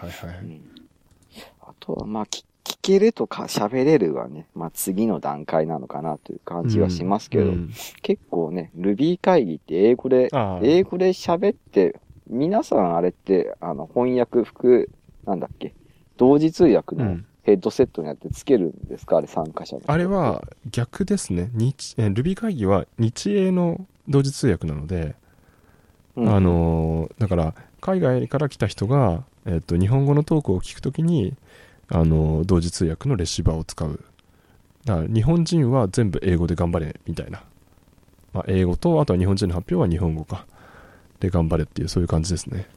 あとは、聞けるとか喋れるはね、次の段階なのかなという感じはしますけど、結構ね、Ruby 会議って英語で喋って、皆さんあれって、翻訳なんだっけ、同時通訳のヘッドセットにやってつけるんですか、あれ参加者の。 あれは逆ですね。Ruby 会議は日英の同時通訳なので、だから海外から来た人が、日本語のトークを聞くときに、同時通訳のレシーバーを使う。だから日本人は全部英語で頑張れみたいな。英語と、あとは日本人の発表は日本語か。で頑張れっていう、そういう感じですね。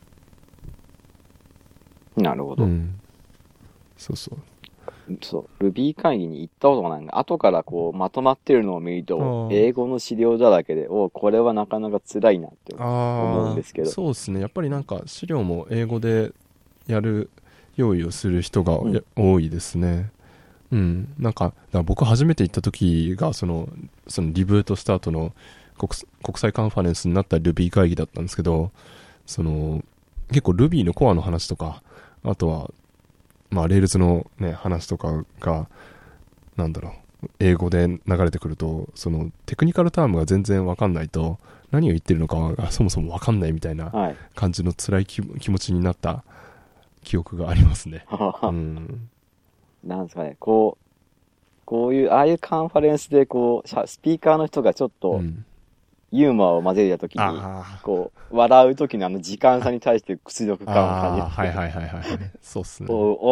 なるほど。 そう。 Ruby 会議に行ったことがないが、後からまとまってるのを見ると、英語の資料だらけで、これはなかなか辛いなって思うんですけど。 そうですね。やっぱりなんか資料も英語で用意をする人が多いですね。なんか僕初めて行った時が、そのリブートスタートの国際カンファレンスになった Ruby 会議だったんですけど、結構 Ruby のコアの話とか、あとは、レールズのね、話とかが、英語で流れてくると、テクニカルタームが全然わかんないと、何を言ってるのかがそもそもわかんないみたいな感じの辛い気持ちになった記憶がありますね。 なんですかね、こういう、ああいうカンファレンスで、スピーカーの人がちょっと、ユーモアを混ぜたときに、笑うときの時間差に対して屈辱感を感じる。 そうっすね。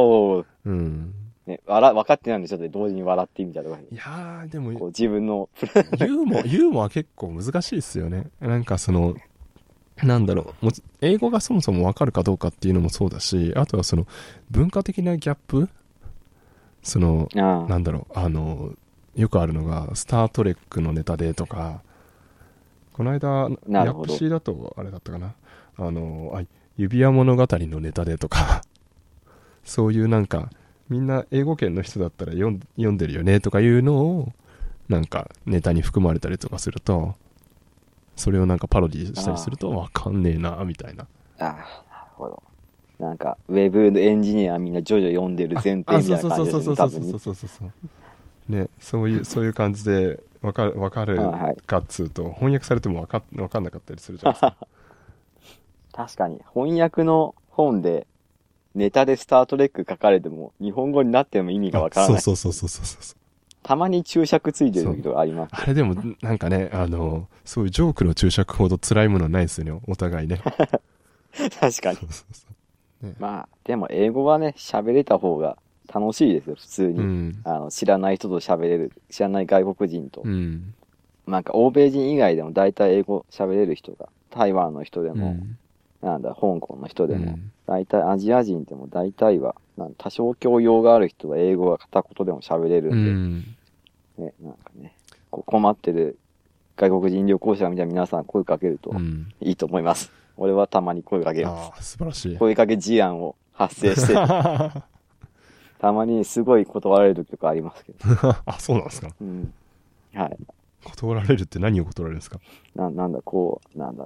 ね、分かってないんでちょっと同時に笑ってみたとか。 いやー、でも、 自分のユーモア結構難しいっすよね。なんかなんだろう、もう英語がそもそもわかるかどうかっていうのもそうだし、あとはその文化的なギャップ、その、なんだろう、よくあるのが、スタートレックのネタでとか、この間、ヤップシーだと、あれだったかな、指輪物語のネタでとか、そういうなんか、みんな英語圏の人だったら読んでるよねとかいうのを、なんかネタに含まれたりとかすると、それをなんかパロディしたりするとわかんねえなみたいな。 なるほど。なんかウェブのエンジニアみんなジョジョ読んでる前提みたいな感じですね。 そうね、そういう感じでわかるかっつうと、翻訳されてもわかんなかったりするじゃないですか。 確かに翻訳の本でネタでスタートレック書かれても日本語になっても意味がわからない。 そう。 たまに注釈ついてる時とかあります。 あれでもなんかね、そういうジョークの注釈ほど辛いものはないですよね、お互いね。 確かに。ね、まあ、でも英語はね、喋れた方が楽しいですよ、普通に。知らない人と喋れる、知らない外国人と。なんか欧米人以外でも大体英語喋れる人が、台湾の人でも、香港の人でも、大体アジア人でも大体は、多少教養がある人は英語が片言でも喋れるんで、ね、なんかね、困ってる外国人旅行者みたいな皆さん声かけるといいと思います。俺はたまに声かけます。 素晴らしい。 声かけ事案を発生してたまにすごい断られる時とかありますけど。 そうなんですか。 はい。 断られるって何を断られるんですか。 なんだろ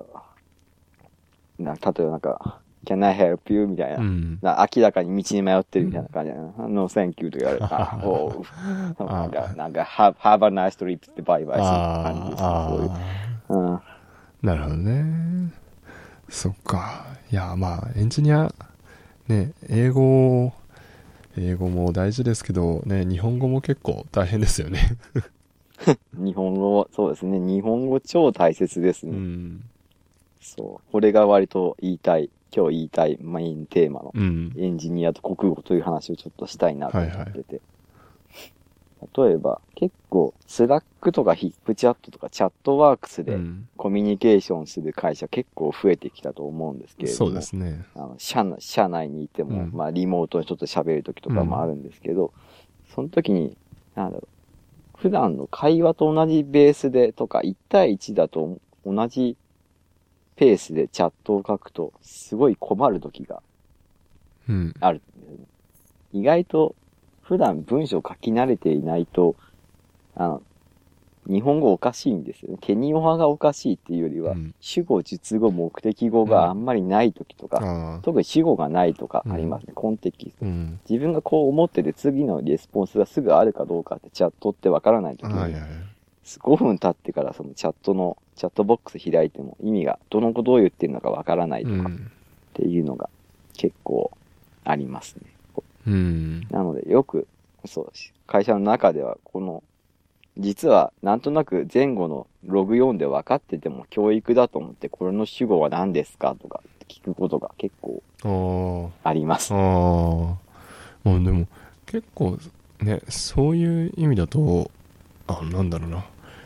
う。例えばなんか、Can I help you? みたいな。明らかに道に迷ってるみたいな感じで、No, thank you とか言われて、なんか、have a nice trip ってバイバイする感じですね。そういう。 なるほどね。そっか。いや、まあ、エンジニア、ね、英語も大事ですけど、ね、日本語も結構大変ですよね。 日本語、そうですね。日本語超大切ですね。そう。これが割と今日言いたいメインテーマの、エンジニアと国語という話をちょっとしたいなと思ってて。例えば、結構、スラックとかヒップチャットとかチャットワークスでコミュニケーションする会社結構増えてきたと思うんですけれども。 そうですね。 社内にいても、まあリモートでちょっと喋るときとかもあるんですけど、その時に、普段の会話と同じベースでとか、1対1だと同じペースでチャットを書くと、すごい困る時があるんですね。意外と、普段文章書き慣れていないと、日本語おかしいんですよね。テニオ派がおかしいっていうよりは、主語、述語、目的語があんまりない時とか、特に主語がないとかありますね。コンテキスト。自分がこう思ってて次のレスポンスがすぐあるかどうかってチャットってわからない時に、5分経ってからそのチャットボックス開いても意味がどう言ってるのかわからないとかっていうのが結構ありますね。なのでよく、そうし、会社の中では実はなんとなく前後のログ読んで分かってても教育だと思ってこれの主語は何ですかとか聞くことが結構あります。 でも結構ね、そういう意味だと、なんだろうな。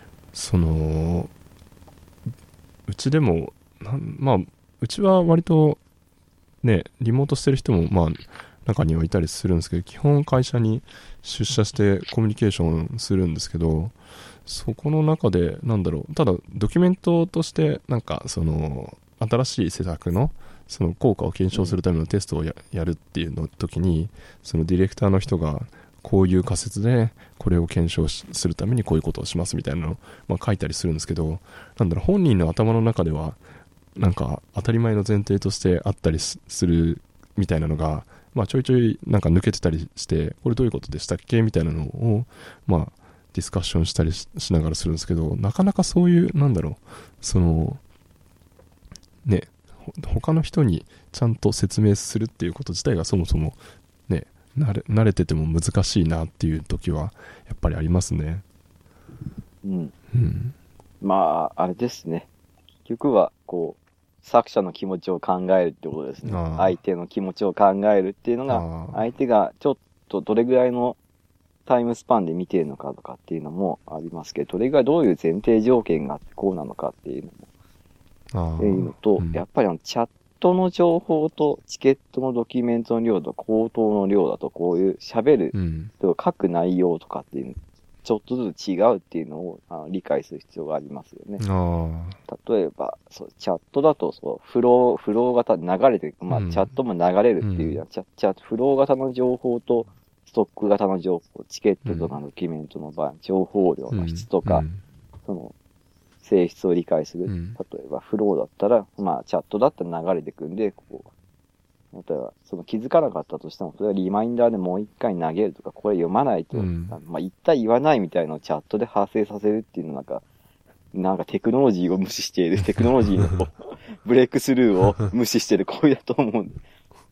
うちでも、うちは割とね、リモートしてる人も中にはいたりするんですけど、基本会社に出社してコミュニケーションするんですけど、そこの中でただドキュメントとして新しい施策のその効果を検証するためのテストをやるっていうの時に、そのディレクターの人がこういう仮説でこれを検証するためにこういうことをしますみたいなのを書いたりするんですけど、本人の頭の中では当たり前の前提としてあったりするみたいなのが、ちょいちょい抜けてたりして、これどういうことでしたっけみたいなのをディスカッションしたり しながらするんですけど、なかなかそういう他の人にちゃんと説明するっていうこと自体がそもそもね、慣れてても難しいなっていう時はやっぱりありますね。 あれですね。結局は作者の気持ちを考えるってことですね。相手の気持ちを考えるっていうのが、相手がちょっとどれぐらいのタイムスパンで見ているのかとかっていうのもありますけど、どれぐらいどういう前提条件があってこうなのかっていうのもっていうのと、やっぱりチャットの情報とチケットのドキュメントの量と口頭の量だと、こういう喋る、書く内容とかっていう、ちょっとずつ違うっていうのを理解する必要がありますよね。例えば、そう、チャットだと、そう、フロー型流れてる、まあ、チャットも流れるっていう、フロー型の情報と、ストック型の情報、チケットとかのドキュメントの場合、情報量の質とか、その、性質を理解する。例えば、フローだったら、まあ、チャットだったら流れてくんで、こう、例えば、その気づかなかったとしても、それはリマインダーでもう一回投げるとか、これ読まないと、まあ、一体言わないみたいなのをチャットで発生させるっていうのなんかテクノロジーを無視している、テクノロジーのブレイクスルーを無視している行為だと思うんで。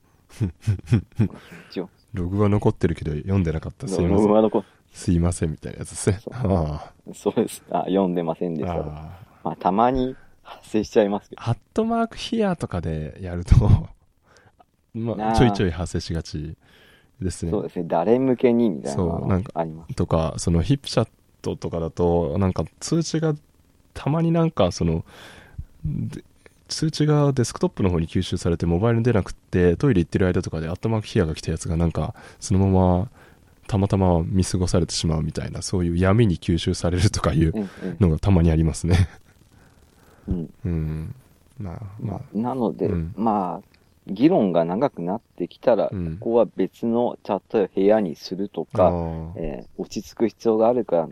ログは残ってるけど読んでなかった。すいません。すいませんみたいなやつですね。 そうです。読んでませんでした。まあ、たまに発生しちゃいますけど。 アットマークヒアとかでやると、まあ、ちょいちょい発生しがちですね。 そうですね。誰向けにみたいなのがあります。 とか、そのヒップチャットとかだと、なんか通知が、たまになんかその、通知がデスクトップの方に吸収されてモバイルに出なくって、トイレ行ってる間とかでアットマークヒアが来たやつがなんか、そのまま、たまたま見過ごされてしまうみたいな、そういう闇に吸収されるとかいうのがたまにありますね。 なので、まあ、議論が長くなってきたら、ここは別のチャットや部屋にするとか、落ち着く必要があるから、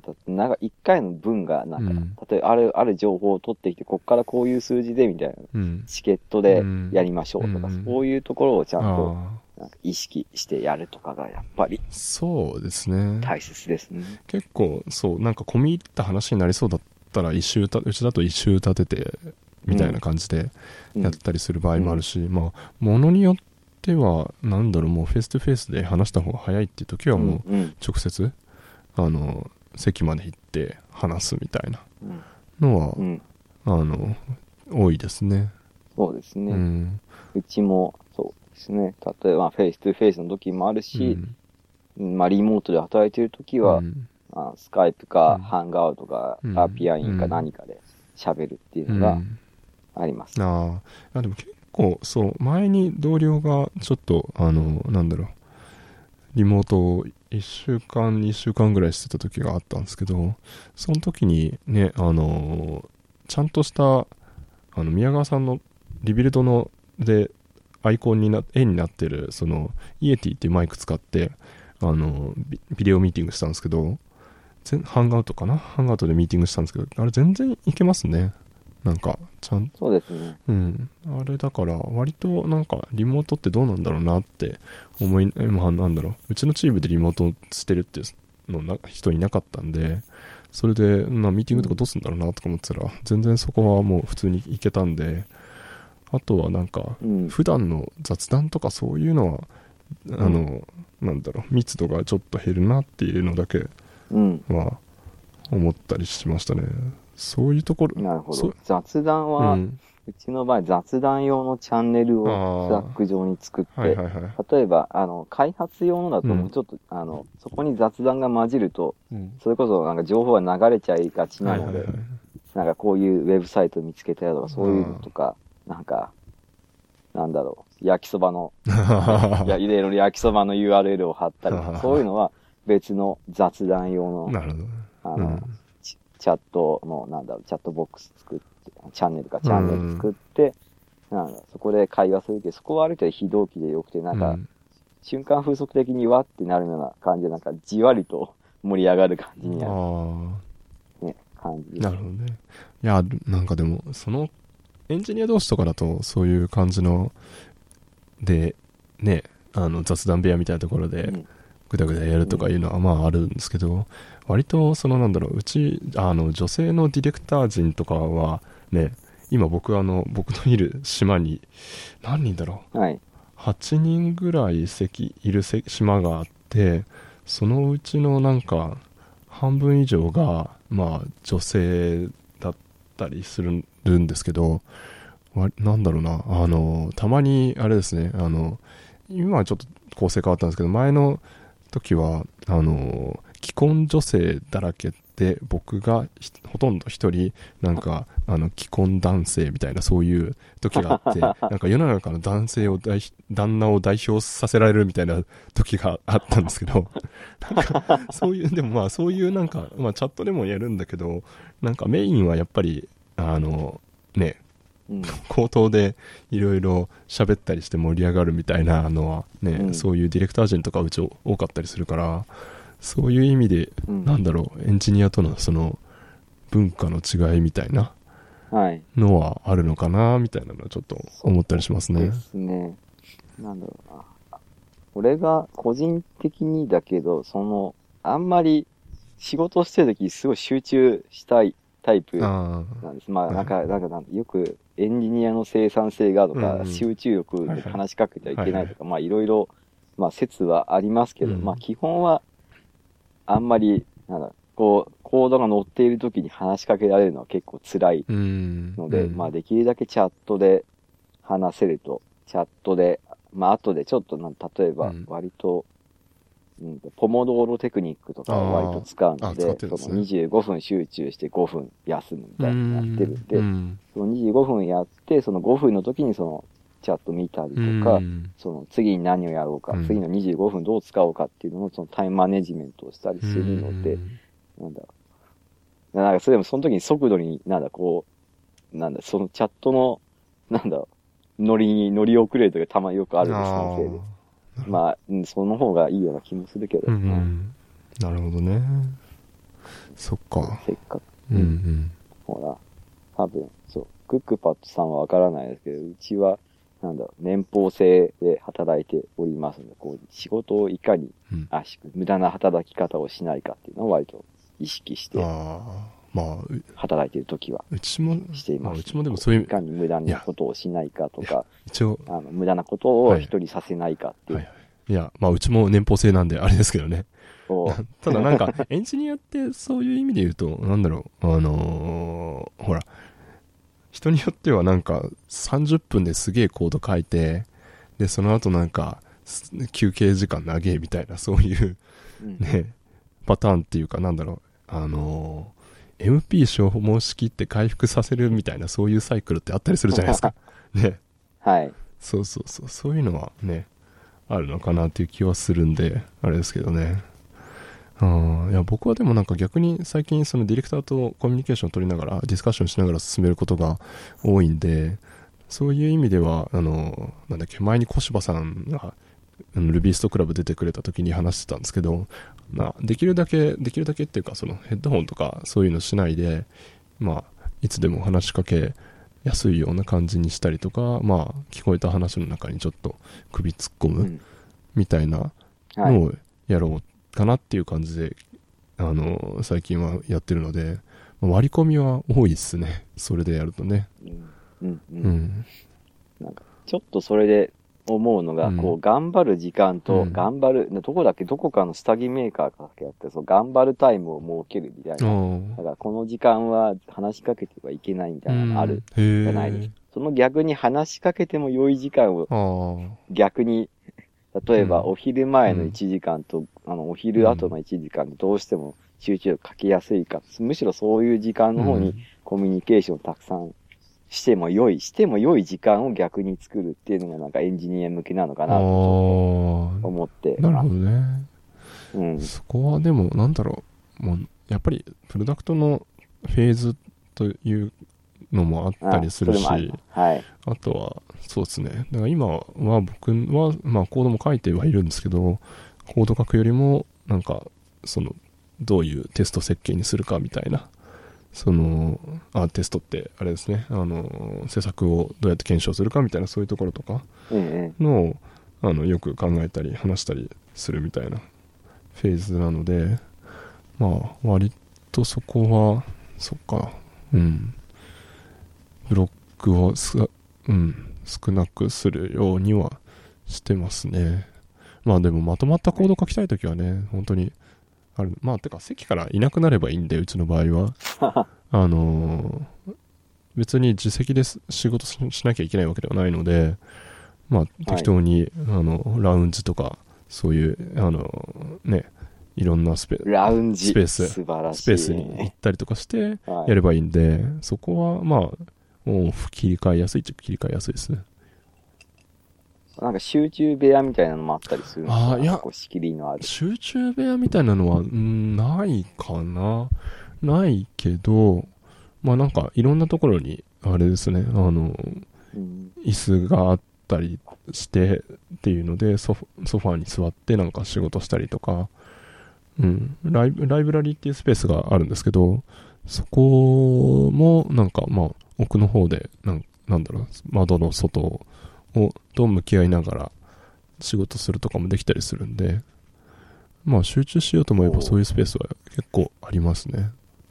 一回の文が、例えばある情報を取ってきて、ここからこういう数字でみたいな、チケットでやりましょうとか、そういうところをちゃんと、意識してやるとかがやっぱりそうですね。 大切ですね。 結構そうなんか込み入った話になりそうだったらうちだと一周立ててみたいな感じでやったりする場合もあるし、まあものによってはなんだろうもうフェイストゥフェイスで話した方が早いっていう時はもう直接席まで行って話すみたいなのは多いですね。 そうですね。うちもそうですね。例えば、フェイストゥフェイスの時もあるし、まあ、リモートで働いてる時は、スカイプか、ハンガウトか、アピアインか何かで喋るっていうのがあります。 でも結構、そう、前に同僚がちょっと、なんだろう、リモートを1週間、2週間ぐらいしてた時があったんですけど、その時にね、ちゃんとした、宮川さんのリビルドの、で、アイコンに絵になってる、その、イエティっていうマイク使って、ビデオミーティングしたんですけど、ハンガウトかなハンガウトでミーティングしたんですけど、あれ全然いけますね。なんか、ちゃんと。 そうですね。 あれだから、割となんか、リモートってどうなんだろうなってなんだろう。うちのチームでリモートしてるっての人いなかったんで、それで、ミーティングとかどうするんだろうなとか思ってたら、全然そこはもう普通にいけたんで、あとはなんか、普段の雑談とかそういうのは、なんだろう、密度がちょっと減るなっていうのだけは思ったりしましたね。そういうところ。 なるほど。雑談は、うちの場合雑談用のチャンネルをスラック上に作って、例えば、開発用のだともうちょっと、そこに雑談が混じると、それこそなんか情報が流れちゃいがちなので、なんかこういうウェブサイト見つけたよとか、そういうのとか、なんか、なんだろう、焼きそばの、入れる焼きそばの URL を貼ったり、そういうのは別の雑談用の、チャットの、なんだろう、チャットボックス作って、チャンネル作って、そこで会話するけど、そこはある程度非同期でよくて、なんか、瞬間風速的にわってなるような感じで、なんかじわりと盛り上がる感じになる。ね、感じ。 なるほどね。いや、なんかでも、エンジニア同士とかだとそういう感じのでね雑談部屋みたいなところでぐだぐだやるとかいうのはまああるんですけど、割となんだろう、うち女性のディレクター陣とかはね、今僕のいる島に何人だろう、8人ぐらいいる島があって、そのうちのなんか半分以上がまあ女性だったりするんですけど、なんだろうな、たまにあれですね、今はちょっと構成変わったんですけど、前の時は既婚女性だらけで僕がほとんど一人なんか既婚男性みたいなそういう時があってなんか世の中の男性を旦那を代表させられるみたいな時があったんですけどなんかそういうでもまあそういうなんか、まあ、チャットでもやるんだけどなんかメインはやっぱりね口頭でいろいろ喋ったりして盛り上がるみたいなのはね、そういうディレクター陣とかうち多かったりするからそういう意味で、なんだろうエンジニアとのその文化の違いみたいなのはあるのかなみたいなのはちょっと思ったりしますね。 ですね。なんだろうな。俺が個人的にだけどあんまり仕事してるときすごい集中したいタイプなんです。まあ、よくエンジニアの生産性がとか、集中力で話しかけてはいけないとか、まあ、いろいろ、まあ、説はありますけど、まあ、基本は、あんまり、コードが載っているときに話しかけられるのは結構辛いので、まあ、できるだけチャットで話せると、チャットで、まあ、後でちょっと例えば、割と、ポモドーロテクニックとかを割と使うので、その25分集中して5分休むみたいなのやってるんで、その25分やって、その5分の時にそのチャット見たりとか、その次に何をやろうか、次の25分どう使おうかっていうのをそのタイムマネジメントをしたりするので、なんかそれでもその時に速度に、そのチャットの、乗り遅れるとかたまによくあるんです、そのせいで。まあ、その方がいいような気もするけど。 なるほどね。そっか。 せっかく。ほら、多分、そう、クックパッドさんはわからないですけど、うちは、年俸制で働いておりますので、こう、仕事をいかに、無駄な働き方をしないかっていうのを割と意識して、まあ、働いているときは、しています。 うちもでもそういう、 いかに無駄なことをしないかとか、 一応、 無駄なことを一人させないかっていう。 いや、まあ、うちも年俸制なんであれですけどね。ただなんか、エンジニアってそういう意味で言うと、なんだろう、ほら、人によってはなんか、30分ですげえコード書いて、で、その後なんか、休憩時間長えみたいな、そういうね、パターンっていうか、なんだろう、MP 消耗しきって回復させるみたいなそういうサイクルってあったりするじゃないですか。ね。 はい。 そういうのはね、あるのかなっていう気はするんで、あれですけどね。いや僕はでもなんか逆に最近そのディレクターとコミュニケーションを取りながら、ディスカッションしながら進めることが多いんで、そういう意味では、なんだっけ、前に小柴さんが、ルビーストクラブ出てくれた時に話してたんですけど、できるだけっていうかそのヘッドホンとかそういうのしないで、まあいつでも話しかけやすいような感じにしたりとか、まあ聞こえた話の中にちょっと首突っ込むみたいなのをやろうかなっていう感じで、最近はやってるので、割り込みは多いですね。それでやるとね。 なんかちょっとそれで思うのが、こう、頑張る時間と、どこかの下着メーカーかだけやって、頑張るタイムを設けるみたいな。だから、この時間は話しかけてはいけないみたいなのあるじゃないですか。その逆に話しかけても良い時間を、逆に、例えば、お昼前の1時間と、お昼後の1時間でどうしても集中力かけやすいか、むしろそういう時間の方にコミュニケーションをたくさんしても良い時間を逆に作るっていうのがなんかエンジニア向けなのかなと思って。 なるほどね。そこはでもなんだろう、もうやっぱりプロダクトのフェーズというのもあったりするし、あとはそうですね。だから今は僕はまあコードも書いてはいるんですけど、コード書くよりもなんかどういうテスト設計にするかみたいな。テストってあれですね、施策をどうやって検証するかみたいなそういうところとかのを、よく考えたり話したりするみたいなフェーズなので、まあ割とそこはそっか、ブロックを少なくするようにはしてますね。まあでもまとまったコード書きたいときはね、本当にまあてか席からいなくなればいいんで、うちの場合は別に自席で仕事しなきゃいけないわけではないので、まあ適当にラウンジとかそういういろんなラウンジ。 スペース素晴らしい。 スペースに行ったりとかしてはいやればいいんで、そこはまあオンオフ切り替えやすいっちゃ切り替えやすいですね。 なんか集中部屋みたいなのもあったりするんですか？ いやこう仕切りのある。 集中部屋みたいなのはないかな。ないけど、まあなんかいろんなところにあれですね、椅子があったりしてっていうので、ソファーに座ってなんか仕事したりとか、ライブラリーっていうスペースがあるんですけど、そこもなんかまあ奥の方でなんだろう、窓の外と向き合いながら仕事するとかもできたりするんで、まあ集中しようと思えばそういうスペースは結構ありますね。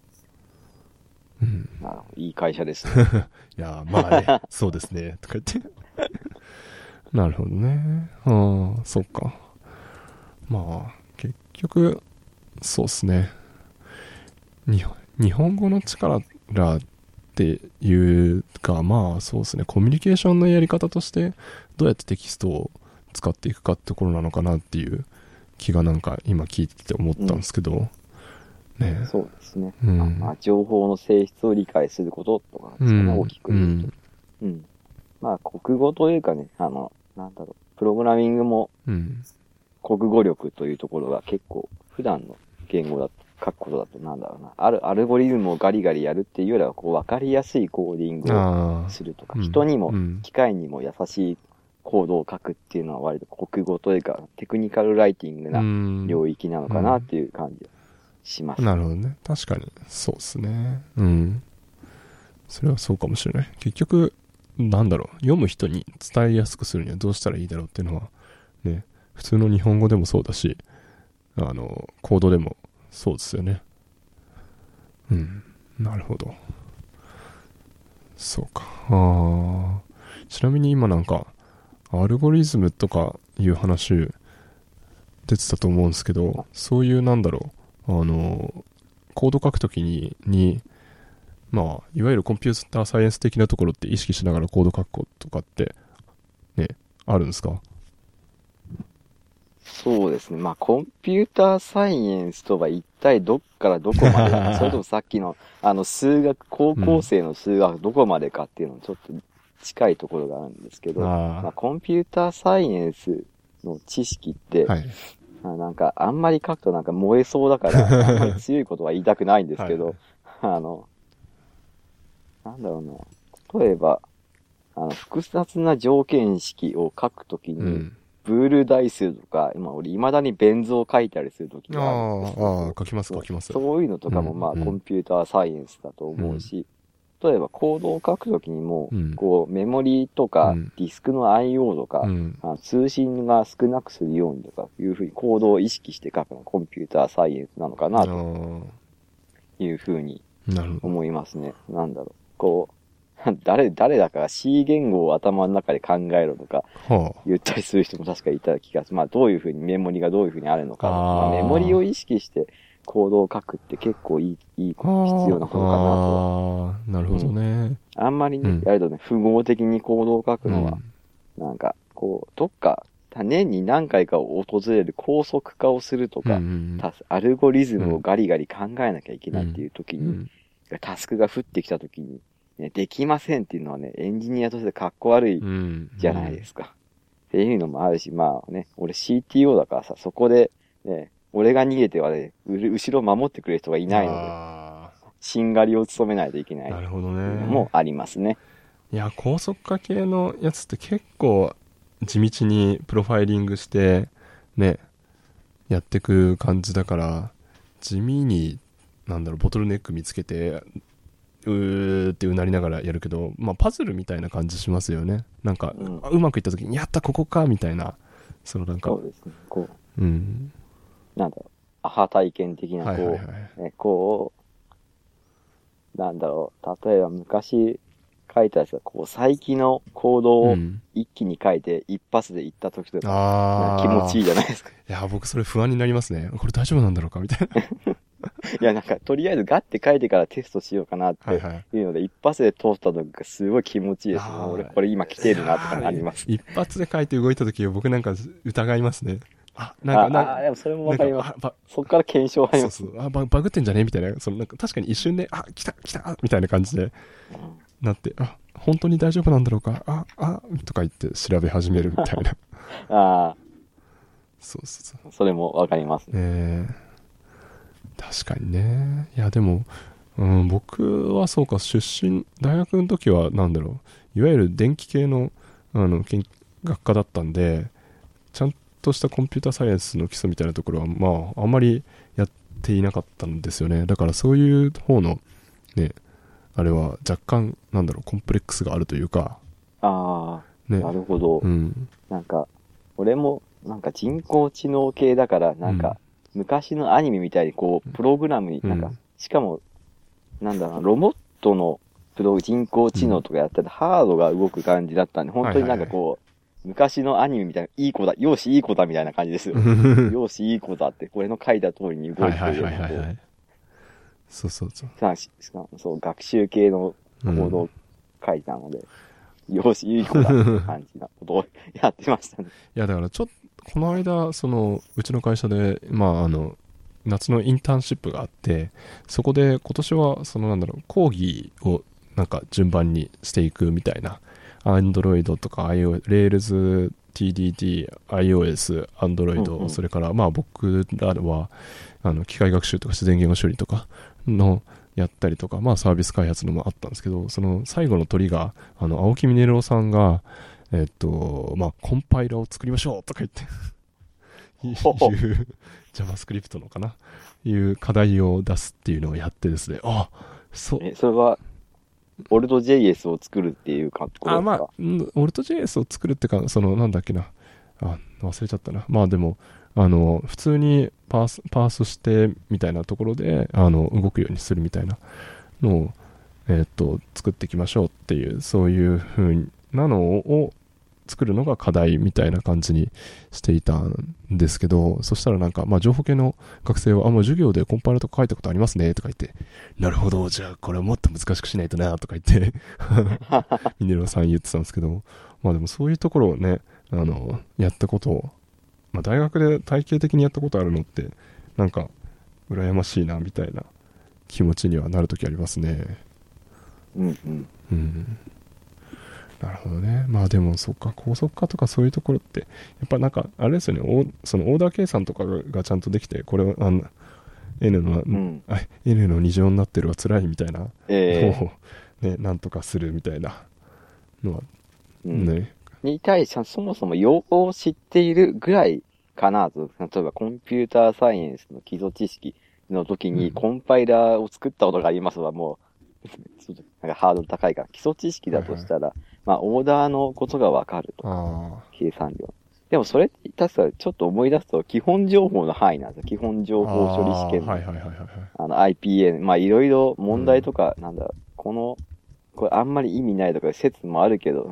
なるほど。いい会社ですね。 いやまあねそうですねとか言ってなるほどね。そっか。まあ結局そうですね。日本語の力っていうか、まあそうですね、コミュニケーションのやり方としてどうやってテキストを使っていくかってところなのかなっていう気がなんか今聞いてて思ったんですけど、ね。 そうですね。まあ、情報の性質を理解することとかですかね、大きく言うと。まあ国語というかね、なんだろう、プログラミングも国語力というところが結構普段の言語だと書くことだとなんだろうな、アルゴリズムをガリガリやるっていうよりはこう分かりやすいコーディングをするとか、人にも機械にも優しいコードを書くっていうのは割と国語というかテクニカルライティングな領域なのかなっていう感じがします。 なるほどね。確かにそうですね。それはそうかもしれない。結局なんだろう、読む人に伝えやすくするにはどうしたらいいだろうっていうのはね、普通の日本語でもそうだし、コードでもそうですよね。なるほど。そうか。ちなみに今なんかアルゴリズムとかいう話出てたと思うんですけど、そういうなんだろう、コード書くときにまあいわゆるコンピューターサイエンス的なところって意識しながらコード書くこととかってねあるんですか？ そうですね。まあ、コンピューターサイエンスとは一体どっからどこまでか、それともさっきの、数学、高校生の数学どこまでかっていうのもちょっと近いところがあるんですけど、まあ、コンピューターサイエンスの知識って、なんか、あんまり書くとなんか燃えそうだから、あんまり強いことは言いたくないんですけど、なんだろうな。例えば、複雑な条件式を書くときに、ブール代数とか、俺未だにベン図を書いたりするときがあるんですけど、 書きます。 そういうのとかもまあ、コンピューターサイエンスだと思うし、例えばコードを書くときにも、こう、メモリとか、ディスクの I/O とか、通信が少なくするようにとか、いうふうにコードを意識して書くのがコンピューターサイエンスなのかな、というふうに思いますね。なんだろう。こう、誰だか C 言語を頭の中で考えろとか言ったりする人も確かいた気がする。まあどういうふうにメモリがどういうふうにあるのか。まあ、メモリを意識してコードを書くって結構いい必要なことかなと。 なるほどね。 あんまりね、やるとね、符号的にコードを書くのは、なんかこう、どっか年に何回か訪れる高速化をするとか、アルゴリズムをガリガリ考えなきゃいけないっていう時に、タスクが降ってきた時に、できませんっていうのはね、エンジニアとしてかっこ悪いじゃないですか。っていうのもあるし、まあね、俺 CTO だからさ、そこで、ね、俺が逃げてはね、後ろ守ってくれる人がいないので、しんがりを務めないといけないのもありますね。 いや、高速化系のやつって結構地道にプロファイリングして、ね、やっていく感じだから、地味に、なんだろう、ボトルネック見つけて、ってうなりながらやるけど、まあパズルみたいな感じしますよね。なんか、うまくいった時にやったここかみたいな、そのなんか、 そうですね。こう、なんだろう、アハ体験的なこう、なんだろう、例えば昔書いたやつはこう再起のコードを一気に書いて一発でいった時とか、気持ちいいじゃないですか。 いや僕それ不安になりますね。これ大丈夫なんだろうかみたいな。 いや、なんか、とりあえずガッて書いてからテストしようかなっていうので、一発で通った時がすごい気持ちいいですね。俺、これ今来てるなとかなります。 一発で書いて動いた時は僕なんか疑いますね。 でもそれもわかります。そっから検証入ります。 そうそう。バグってんじゃねみたいな。なんか確かに一瞬で、来たみたいな感じで、なって、本当に大丈夫なんだろうかとか言って調べ始めるみたいな。そう。 それもわかります。 確かにね。いや、でも、僕はそうか、大学の時は、いわゆる電気系の、学科だったんで、ちゃんとしたコンピューターサイエンスの基礎みたいなところは、あんまりやっていなかったんですよね。だからそういう方の、ね、あれは若干、コンプレックスがあるというか。 ね、なるほど。なんか、俺も、人工知能系だから、昔のアニメみたいにプログラムに、しかも、ロボットの人工知能とかやったらハードが動く感じだったんで、本当に昔のアニメみたいな、いい子だ、よしいい子だみたいな感じですよ。よしいい子だって、これの書いた通りに動いてるのと。そう、学習系のコードを書いたので、よしいい子だって感じなことをやってましたね。 いや、だからこの間、うちの会社で、夏のインターンシップがあって、そこで今年は、講義を順番にしていくみたいな、Android とか Rails、TDD、iOS、Android、それから僕らは機械学習とか自然言語処理とかのやったりとか、サービス開発のもあったんですけど、その最後の鳥が青木峰郎さんがコンパイラーを作りましょうとか言っていう JavaScript のかないう課題を出すっていうのをやってですね、 それはオルト JS を作るっていう格好ですか？ オルト JS を作るってか、なんだっけな。忘れちゃったな。でも、普通にパースしてみたいなところで、動くようにするみたいなのを、作っていきましょうっていう、そういう風なのを作るのが課題みたいな感じにしていたんですけど、そしたら情報系の学生は、もう授業でコンパイラーとか書いたことありますねとか言って、なるほど、じゃあこれをもっと難しくしないとなとか言ってミネロさん言ってたんですけど、でもそういうところをね、やったことを、大学で体系的にやったことあるのって、羨ましいなみたいな気持ちにはなるときありますね。なるほどね。でもそっか、高速化とかそういうところって、やっぱあれですよね、そのオーダー計算とかがちゃんとできて、これはN の2乗になってるは辛いみたいなのを、ね、なんとかするみたいなのは、ね。 に対してそもそも用語を知っているぐらいかなと、例えばコンピューターサイエンスの基礎知識の時にコンパイラーを作ったことがありますはもう、ハードル高いから、基礎知識だとしたら、オーダーのことがわかると。計算量。でもそれって確かちょっと思い出すと、基本情報の範囲なんですよ。基本情報処理試験の。IPA、いろいろ問題とか、これあんまり意味ないとか説もあるけど、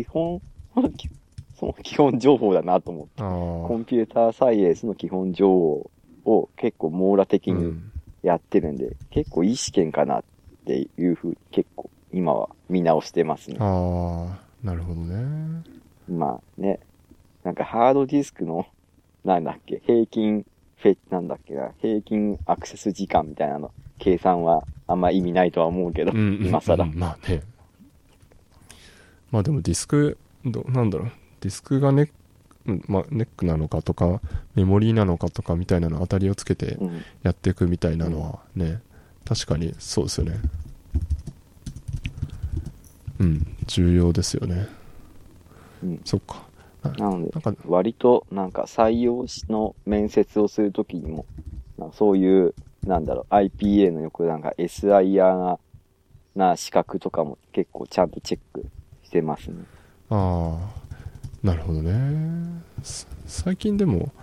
その基本情報だなと思って。コンピューターサイエンスの基本情報を結構網羅的にやってるんで、結構いい試験かなっていうふうに結構今は見直してますね。 なるほどね。 ね。ハードディスクの、平均アクセス時間みたいなの、計算はあんま意味ないとは思うけど、今更。 ね。でもディスク、ディスクがネックなのかとか、メモリーなのかとかみたいなの当たりをつけてやっていくみたいなのはね、確かにそうですよね。重要ですよね。そっか。 なので、割と採用の面接をするときにも、そういう、IPA のよくSIR な資格とかも結構ちゃんとチェックしてますね。 なるほどね。最近でも、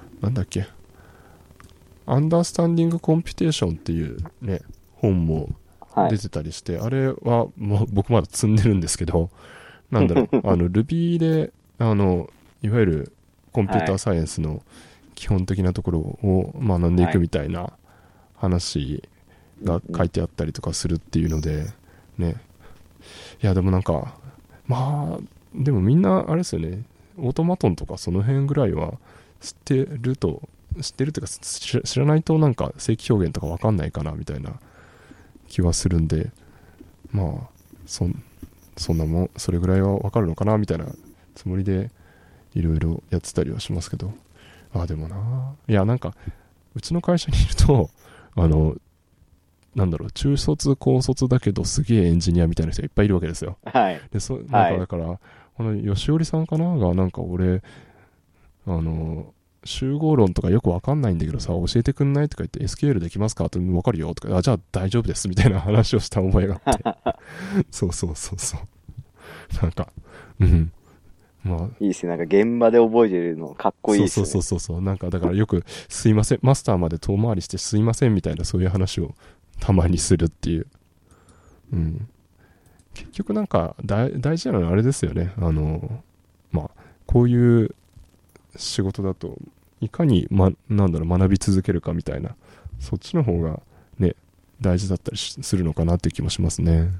アンダースタンディングコンピュテーションっていうね、本も出てたりして、あれはもう僕まだ積んでるんですけど、Ruby で、いわゆるコンピューターサイエンスの基本的なところを学んでいくみたいな話が書いてあったりとかするっていうので、ね。いや、でもでもみんな、あれですよね、オートマトンとかその辺ぐらいは知ってるというか知らないとなんか正規表現とか分かんないかなみたいな気はするんで、まあそんなもん、それぐらいは分かるのかなみたいなつもりでいろいろやってたりはしますけど、でもいやなんかうちの会社にいるとなんだろう、中卒高卒だけどすげえエンジニアみたいな人がいっぱいいるわけですよ。 はい。 でなんかだから、この吉織さんかながなんか俺集合論とかよくわかんないんだけどさ、教えてくんないとか言って SQL できますかってわかるよとか、じゃあ大丈夫ですみたいな話をした覚えがあってそうなんかまあいいですね。なんか現場で覚えてるのかっこいいですね。 そうなんかだからよくすいません、マスターまで遠回りしてすいませんみたいな、そういう話をたまにするっていう。結局なんか大事なのはあれですよね。まあこういう仕事だといかに、なんだろう、学び続けるかみたいな、そっちの方がね大事だったりするのかなっていう気もしますね。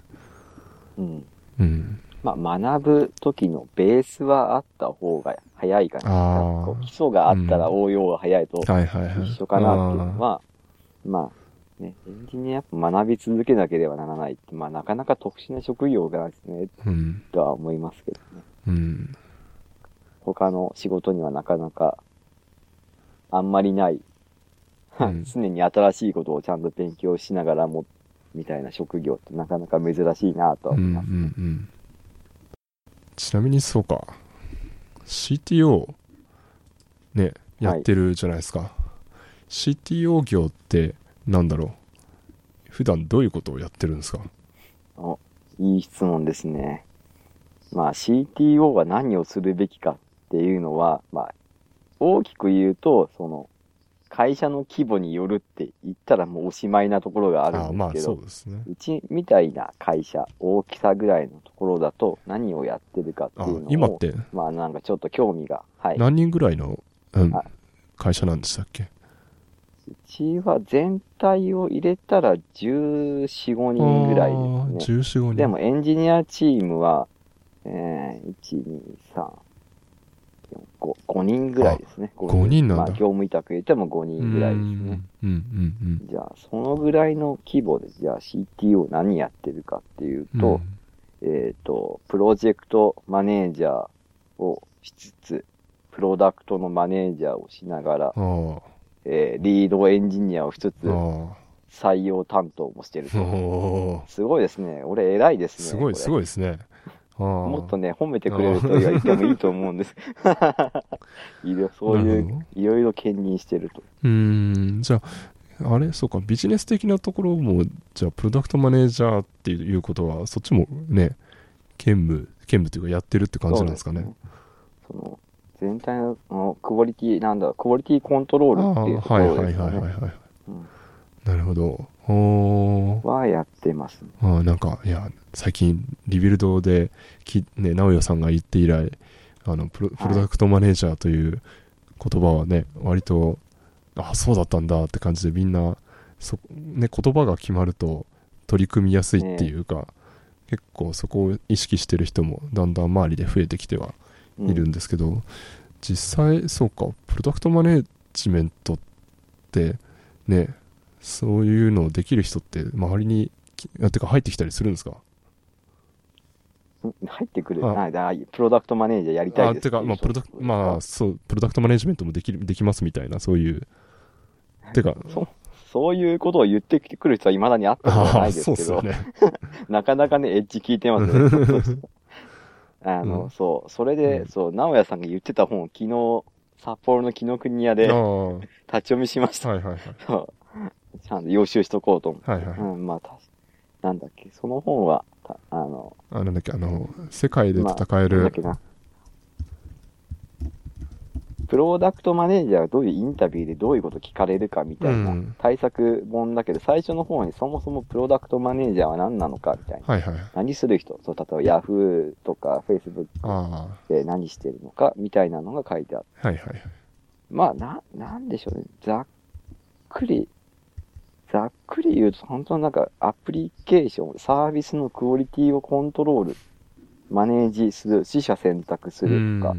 まあ学ぶ時のベースはあった方が早いかな。基礎があったら応用が早いと一緒かなっていうのは、まあね、エンジニアやっぱ学び続けなければならないって、なかなか特殊な職業がですね、とは思いますけどね。他の仕事にはなかなかあんまりない、常に新しいことをちゃんと勉強しながらもみたいな職業ってなかなか珍しいなとは思います、 ちなみにそうか CTO ねやってるじゃないですか、CTO 業ってなんだろう、普段どういうことをやってるんですか？ いい質問ですね。CTO は何をするべきかっていうのは、大きく言うと、会社の規模によるって言ったらもうおしまいなところがあるんですけど、 そうですね。 うちみたいな会社、大きさぐらいのところだと何をやってるかっていうのを、 今って、 なんかちょっと興味が、 何人ぐらいの、会社なんでしたっけ？ うちは全体を入れたら14、15人ぐらいですね。 14、15人。 でもエンジニアチームは、1、2、3、5人ぐらいですね。 5人なんだ。 業務委託入れても5人ぐらいですね。じゃあ、そのぐらいの規模で、じゃあ CTO 何やってるかっていうと、プロジェクトマネージャーをしつつ、プロダクトのマネージャーをしながら、リードエンジニアをしつつ、採用担当もしてると。すごいですね。俺偉いですね。 すごいですね。 もっとね、褒めてくれると言ってもいいと思うんです。そういう、いろいろ兼任してると。 じゃあ、そうか、ビジネス的なところも、じゃあ、プロダクトマネージャーっていうことは、そっちもね、兼務というかやってるって感じなんですかね。 全体のクオリティ、クオリティコントロールっていうところですね。 なるほど。 はやってますね。 なんか、いや、最近、リビルドで、直哉さんが言って以来、プロダクトマネージャーという言葉はね、割と、そうだったんだって感じで、みんな、言葉が決まると取り組みやすいっていうか、結構そこを意識してる人もだんだん周りで増えてきてはいるんですけど、実際、そうか、プロダクトマネジメントって、ね、そういうのをできる人って周りにてか入ってきたりするんですか？ 入ってくる。プロダクトマネージャーやりたいです。 プロダクトマネジメントもできますみたいな、そういう。 そういうことを言ってくる人は未だにあったことはないですけど、なかなかね、エッジ聞いてますね。それで、直哉さんが言ってた本を昨日、札幌の紀ノ国屋で立ち読みしました。ちゃんと予習しとこうと思って。なんだっけ、その本は、 なんだっけ、世界で戦える、 プロダクトマネージャーがどういうインタビューでどういうこと聞かれるかみたいな対策本だけど、最初の方にそもそもプロダクトマネージャーは何なのかみたいな。何する人、例えば Yahoo とか Facebook で何してるのかみたいなのが書いてあって。なんでしょうね。ざっくり言うと、本当なんかアプリケーション、サービスのクオリティをコントロール、マネージする、取捨選択するとか、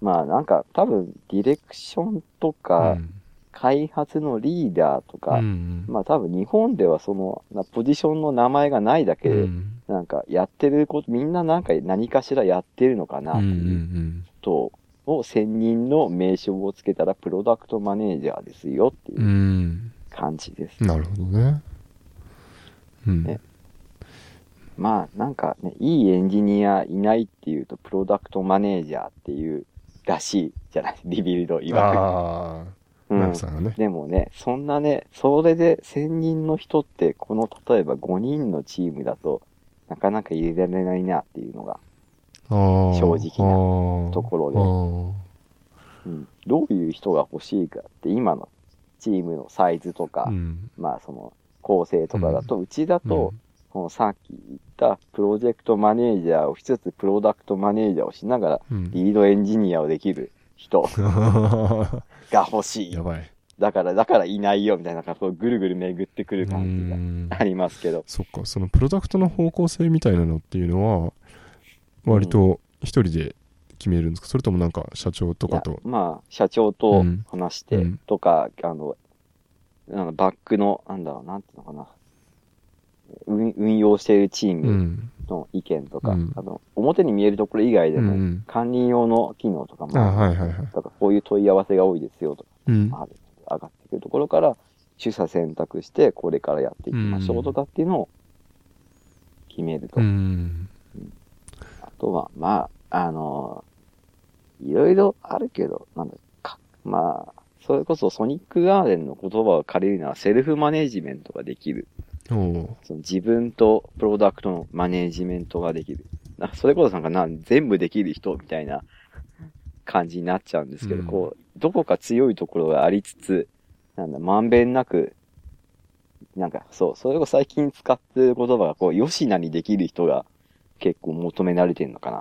まあなんか多分ディレクションとか、 うん開発のリーダーとか、まあ多分日本ではそのポジションの名前がないだけで、なんかやってること、みんななんか何かしらやってるのかなっていうことを専任の名称をつけたらプロダクトマネージャーですよっていう感じです。 なるほどね。 ね、まあなんかね、いいエンジニアいないっていうとプロダクトマネージャーっていうらしいじゃない、リビルド曰く。 ああ。 でもね、そんなね、それで1000人の人って、この例えば5人のチームだと、なかなか入れられないなっていうのが、正直なところで、どういう人が欲しいかって、今のチームのサイズとか、まあその構成とかだと、うちだと、このさっき言ったプロジェクトマネージャーをしつつ、プロダクトマネージャーをしながら、リードエンジニアをできる人が欲しい。 やばい。 だからいないよみたいな、ぐるぐる巡ってくる感じがありますけど。 そっか、そのプロダクトの方向性みたいなのっていうのは、割と一人で決めるんですか、それともなんか社長とかと。 まあ、社長と話して、とか、バックの、なんていうのかな。運用しているチームの意見とか、表に見えるところ以外でも、管理用の機能とかも、だからこういう問い合わせが多いですよとか、上がってくるところから、取捨選択して、これからやっていきましょうとかっていうのを決めると。あとは、まあ、いろいろあるけど、まあ、それこそソニックガーデンの言葉を借りるのはセルフマネジメントができる。その自分とプロダクトのマネジメントができる。それこそ全部できる人みたいな感じになっちゃうんですけど、どこか強いところがありつつ、まんべんなく、それを最近使ってる言葉が、よしなにできる人が結構求められてるのかな。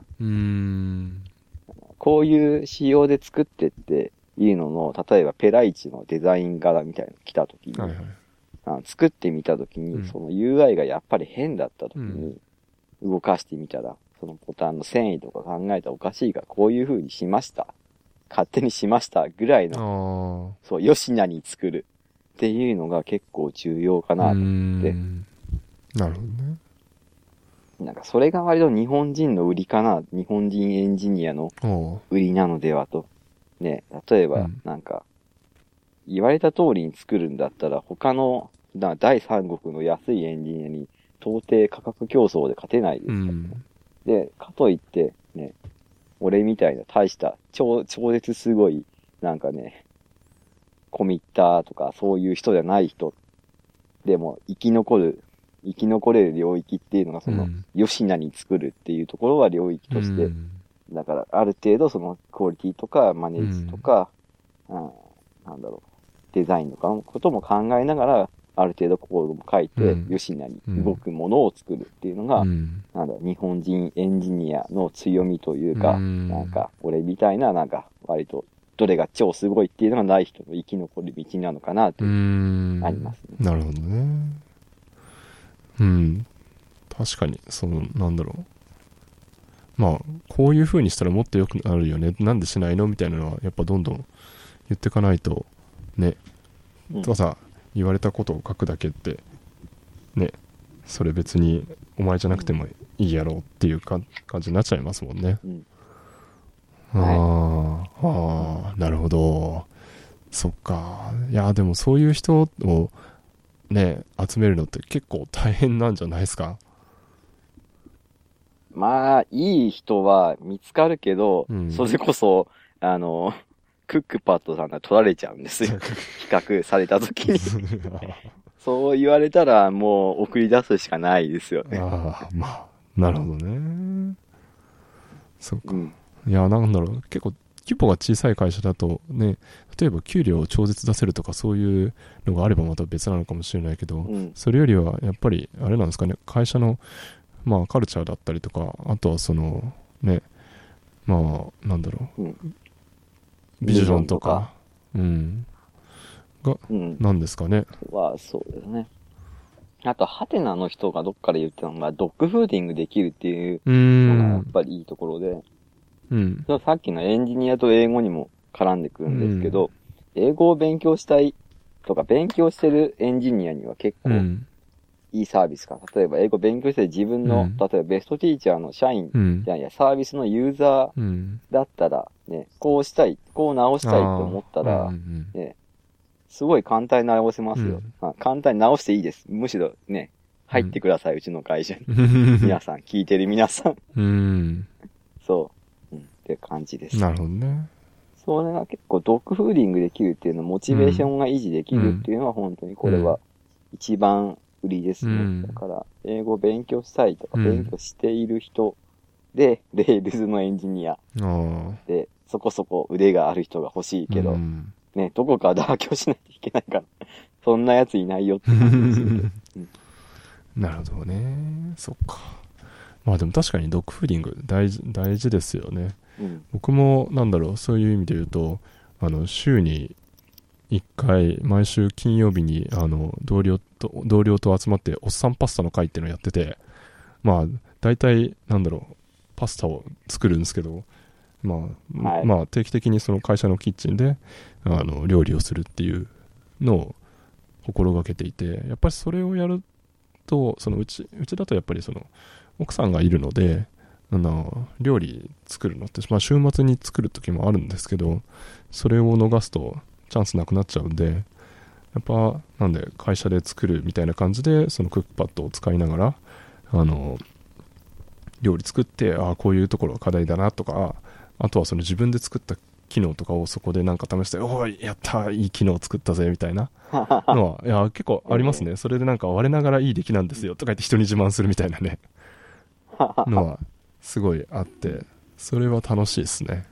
こういう仕様で作ってっていうのの、例えばペライチのデザイン柄みたいなの来た時に、作ってみた時に、その UI がやっぱり変だった時に、動かしてみたら、そのボタンの繊維とか考えたらおかしいから、こういう風にしました。勝手にしましたぐらいの、よしなに作るっていうのが結構重要かなと思って。 なるほどね。 それが割と日本人の売りかな、日本人エンジニアの売りなのではと。ね、例えば、言われた通りに作るんだったら、他の、第三国の安いエンジニアに到底価格競争で勝てないですからね。で、かといって、ね、俺みたいな大した、超絶すごい、コミッターとかそういう人じゃない人でも生き残れる領域っていうのがよしなに作るっていうところは領域として、だからある程度そのクオリティとかマネージとか、デザインとかのことも考えながら、ある程度コードも書いて、よしなに動くものを作るっていうのが、日本人エンジニアの強みというか、俺みたいな割と、どれが超すごいっていうのがない人の生き残る道なのかなと、ありますね。 なるほどね。確かに、まあ、こういう風にしたらもっと良くなるよね。なんでしないのみたいなのは、やっぱどんどん言っていかないと、ね。ただ、言われたことを書くだけって、ね。それ別に、お前じゃなくてもいいやろうっていう感じになっちゃいますもんね。なるほど。そっか。いや、でもそういう人を、ね、集めるのって結構大変なんじゃないですか？ まあ、いい人は見つかるけど、それこそ、クックパッドさんが取られちゃうんですよ。比較された時に。そう言われたら、もう送り出すしかないですよね。 まあ、なるほどね。そっか。いや、結構、規模が小さい会社だとね、例えば給料を超絶出せるとかそういうのがあればまた別なのかもしれないけど、それよりはやっぱりあれなんですかね、会社のまあカルチャーだったりとか、あとはね、まあビジョンとか、が、なんですかね。 そうですね。あと、ハテナの人がどっかで言ってたのが、ドッグフーディングできるっていうのがやっぱりいいところで、 うん。 さっきのエンジニアと英語にも絡んでくるんですけど、英語を勉強したいとか、勉強してるエンジニアには結構いいサービスか。例えば英語勉強して自分の、例えばベストティーチャーの社員じゃんや、サービスのユーザーだったら、ね、こうしたい、こう直したいと思ったら、ね、すごい簡単に直せますよ。簡単に直していいです。むしろね、入ってください、うちの会社に。皆さん、聞いてる皆さん。そう、って感じです。 なるほどね。 それが結構ドッグフーディングできるっていうの、モチベーションが維持できるっていうのは本当にこれは一番売りですね。だから、英語勉強したいとか、勉強している人で、レールズのエンジニアで、そこそこ腕がある人が欲しいけど、ね、どこか妥協しないといけないから、そんなやついないよって感じですよね。 なるほどね。そっか。まあでも確かにドッグフーディング大事ですよね。僕もそういう意味で言うと、週に1回、毎週金曜日に同僚と集まっておっさんパスタの会っていうのをやってて、まあ大体パスタを作るんですけど、まあ定期的にその会社のキッチンで料理をするっていうのを心がけていて、やっぱりそれをやると、うちだとやっぱり奥さんがいるので、料理作るのって、まあ、週末に作る時もあるんですけど、それを逃すとチャンスなくなっちゃうんで、やっぱ会社で作るみたいな感じでそのクックパッドを使いながら料理作って、こういうところが課題だなとか、あとはその自分で作った機能とかをそこで試して、おいやったいい機能作ったぜみたいなのは結構ありますね。それで我ながらいい出来なんですよとか言って人に自慢するみたいなねのはすごいあって、それは楽しいですね。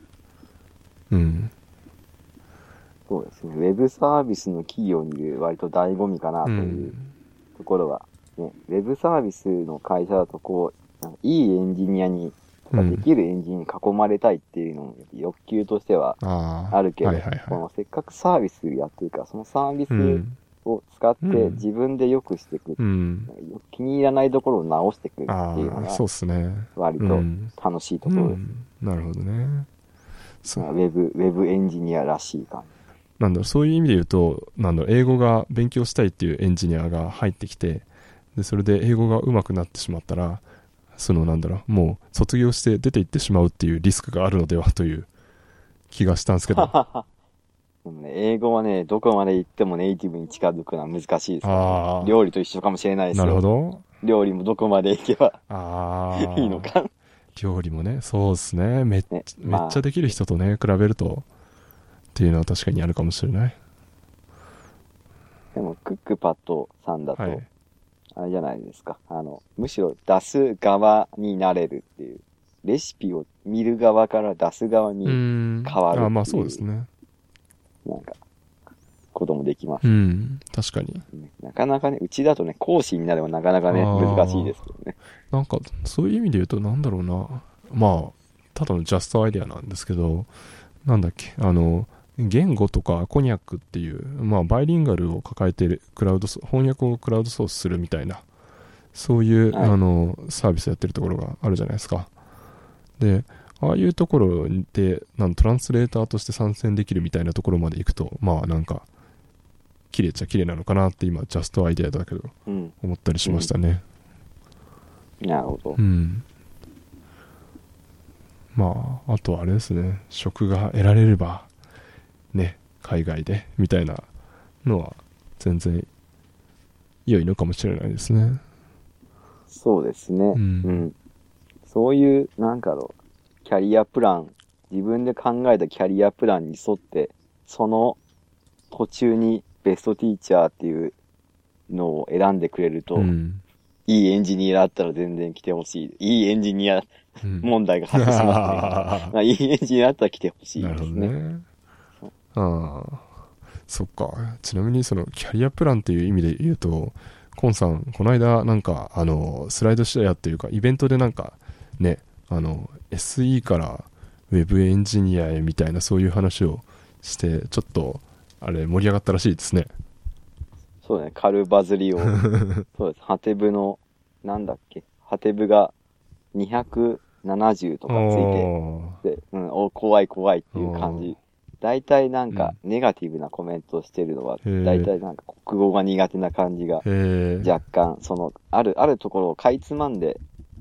そうですね。ウェブサービスの企業にいる割と醍醐味かなというところは、ね、ウェブサービスの会社だといいエンジニアに、できるエンジニアに囲まれたいっていうのも欲求としてはあるけど、せっかくサービスやってるから、そのサービスを使って自分で良くしていく、気に入らないところを直していくっていうのが、割と楽しいところです。 なるほどね。 ウェブエンジニアらしい感じ。 そういう意味で言うと、英語が勉強したいっていうエンジニアが入ってきて、でそれで英語が上手くなってしまったら、もう卒業して出て行ってしまうっていうリスクがあるのではという気がしたんですけど。 でもね、英語はね、どこまで行ってもネイティブに近づくのは難しいですからね。料理と一緒かもしれないですよ。 なるほど。 料理もどこまで行けばいいのか。 料理もね、そうですね。めっちゃできる人とね、比べるとっていうのは確かにあるかもしれない。 でも、クックパッドさんだと、あれじゃないですか。むしろ出す側になれるっていう。レシピを見る側から出す側に変わるっていう。 まあそうですね。 こともできます。 確かに。 なかなかね、うちだとね、講師になればなかなかね、難しいですけどね。 そういう意味で言うと、まあ、ただのジャストアイデアなんですけど、言語とかコニャックっていう、まあ、バイリンガルを抱えてる翻訳をクラウドソースするみたいな、そういう、サービスやってるところがあるじゃないですか。で、ああいうところでトランスレーターとして参戦できるみたいなところまで行くと、まあ綺麗っちゃ綺麗なのかなって今ジャストアイデアだけど、思ったりしましたね。 なるほど。 まああとはあれですね、職が得られればね、海外でみたいなのは全然良いのかもしれないですね。 そうですね。そういうキャリアプラン、自分で考えたキャリアプランに沿って、その途中にベストティーチャーっていうのを選んでくれると、いいエンジニアだったら全然来てほしい。いいエンジニア問題が発生しますね。いいエンジニアだったら来てほしいですね。 なるほどね。そっか。ちなみにそのキャリアプランっていう意味で言うと、コンさん、この間スライドシェアっていうか、イベントでね、SE からウェブエンジニアへみたいなそういう話をして、ちょっとあれ盛り上がったらしいですね。 そうね、軽バズりを。そうです。ハテブの、ハテブが200 70とかついて、で、怖い怖いっていう感じ。大体なんか、ネガティブなコメントをしてるのは、大体なんか国語が苦手な感じが、若干、あるところをかいつまんで、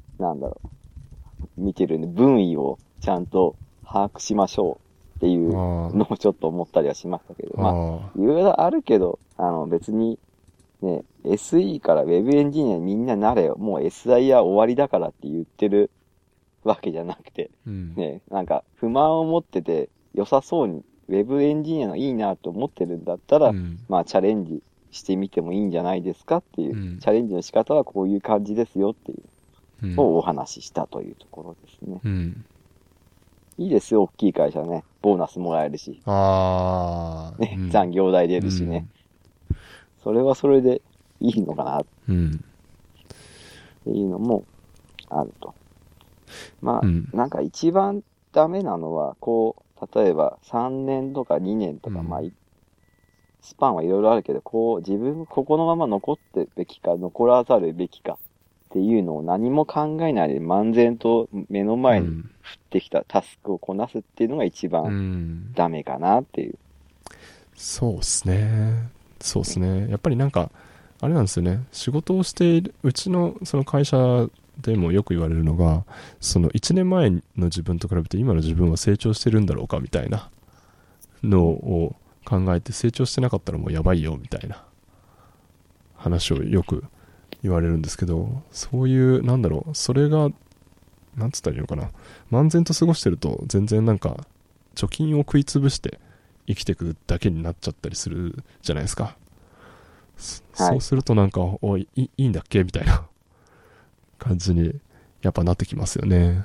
見てるんで、分位をちゃんと把握しましょうっていうのをちょっと思ったりはしましたけど、まあ、いろいろあるけど、別に、ね、SE から Web エンジニアにみんななれよ、もう SI は終わりだからって言ってるわけじゃなくて、ね、なんか不満を持ってて良さそうに Web エンジニアのいいなと思ってるんだったら、まあチャレンジしてみてもいいんじゃないですかっていう、チャレンジの仕方はこういう感じですよっていうをお話ししたというところですね。いいですよ、大きい会社ね。ボーナスもらえるし。ね、残業代出るしね。それはそれでいいのかなっていうのもあると。まあ、なんか一番ダメなのは、例えば3年とか2年とか、まあ、スパンはいろいろあるけど、自分ここのまま残ってべきか、残らざるべきかっていうのを何も考えないで漫然と目の前に降ってきたタスクをこなすっていうのが一番ダメかなっていう。 そうですね。そうですね。やっぱりなんか、あれなんですよね。仕事をしている、うちのその会社でもよく言われるのが、その1年前の自分と比べて今の自分は成長してるんだろうかみたいなのを考えて、成長してなかったらもうやばいよみたいな話をよく言われるんですけど、そういう、それが、なんつったらいいのかな。漫然と過ごしてると全然なんか、貯金を食いつぶして生きていくだけになっちゃったりするじゃないですか。そうするとなんか、いいんだっけみたいな感じにやっぱなってきますよね。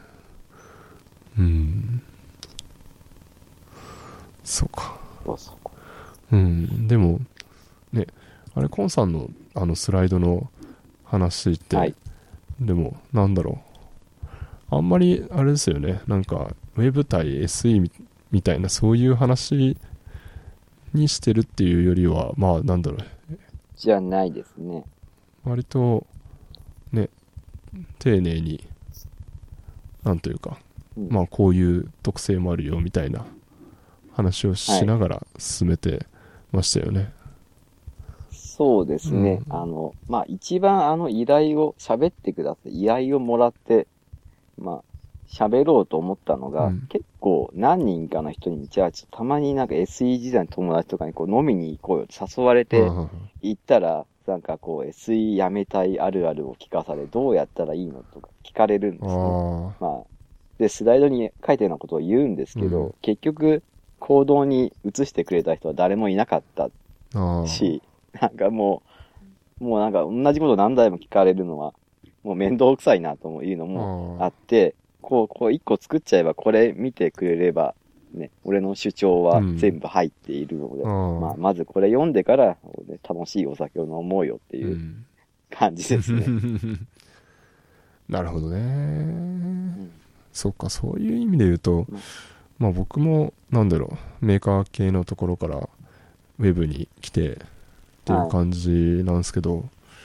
そうか。でもね、あれコンさんのスライドの話って、でもあんまりあれですよね。なんかウェブ対 SE みたいなそういう話にしてるっていうよりは、まあじゃないですね。 割とね、丁寧になんというか、まあこういう特性もあるよみたいな話をしながら進めてましたよね。 そうですね。まあ一番依頼を喋ってください。依頼をもらって、まあ喋ろうと思ったのが、結構何人かの人に、じゃあたまになんか SE 時代の友達とかに飲みに行こうよって誘われて行ったら、なんかSE 辞めたいあるあるを聞かされ、どうやったらいいのとか聞かれるんですね。まあ、で、スライドに書いたようなことを言うんですけど、結局行動に移してくれた人は誰もいなかったし、なんかもうなんか同じこと何台も聞かれるのは、もう面倒くさいなというのもあって、一個作っちゃえばこれ見てくれれば、ね、俺の主張は全部入っているので、まあ、まずこれ読んでから、ね、楽しいお酒を飲もうよっていう感じですね。 なるほどね。そっか、そういう意味で言うと、まあ僕も、メーカー系のところからウェブに来てっていう感じなんですけど、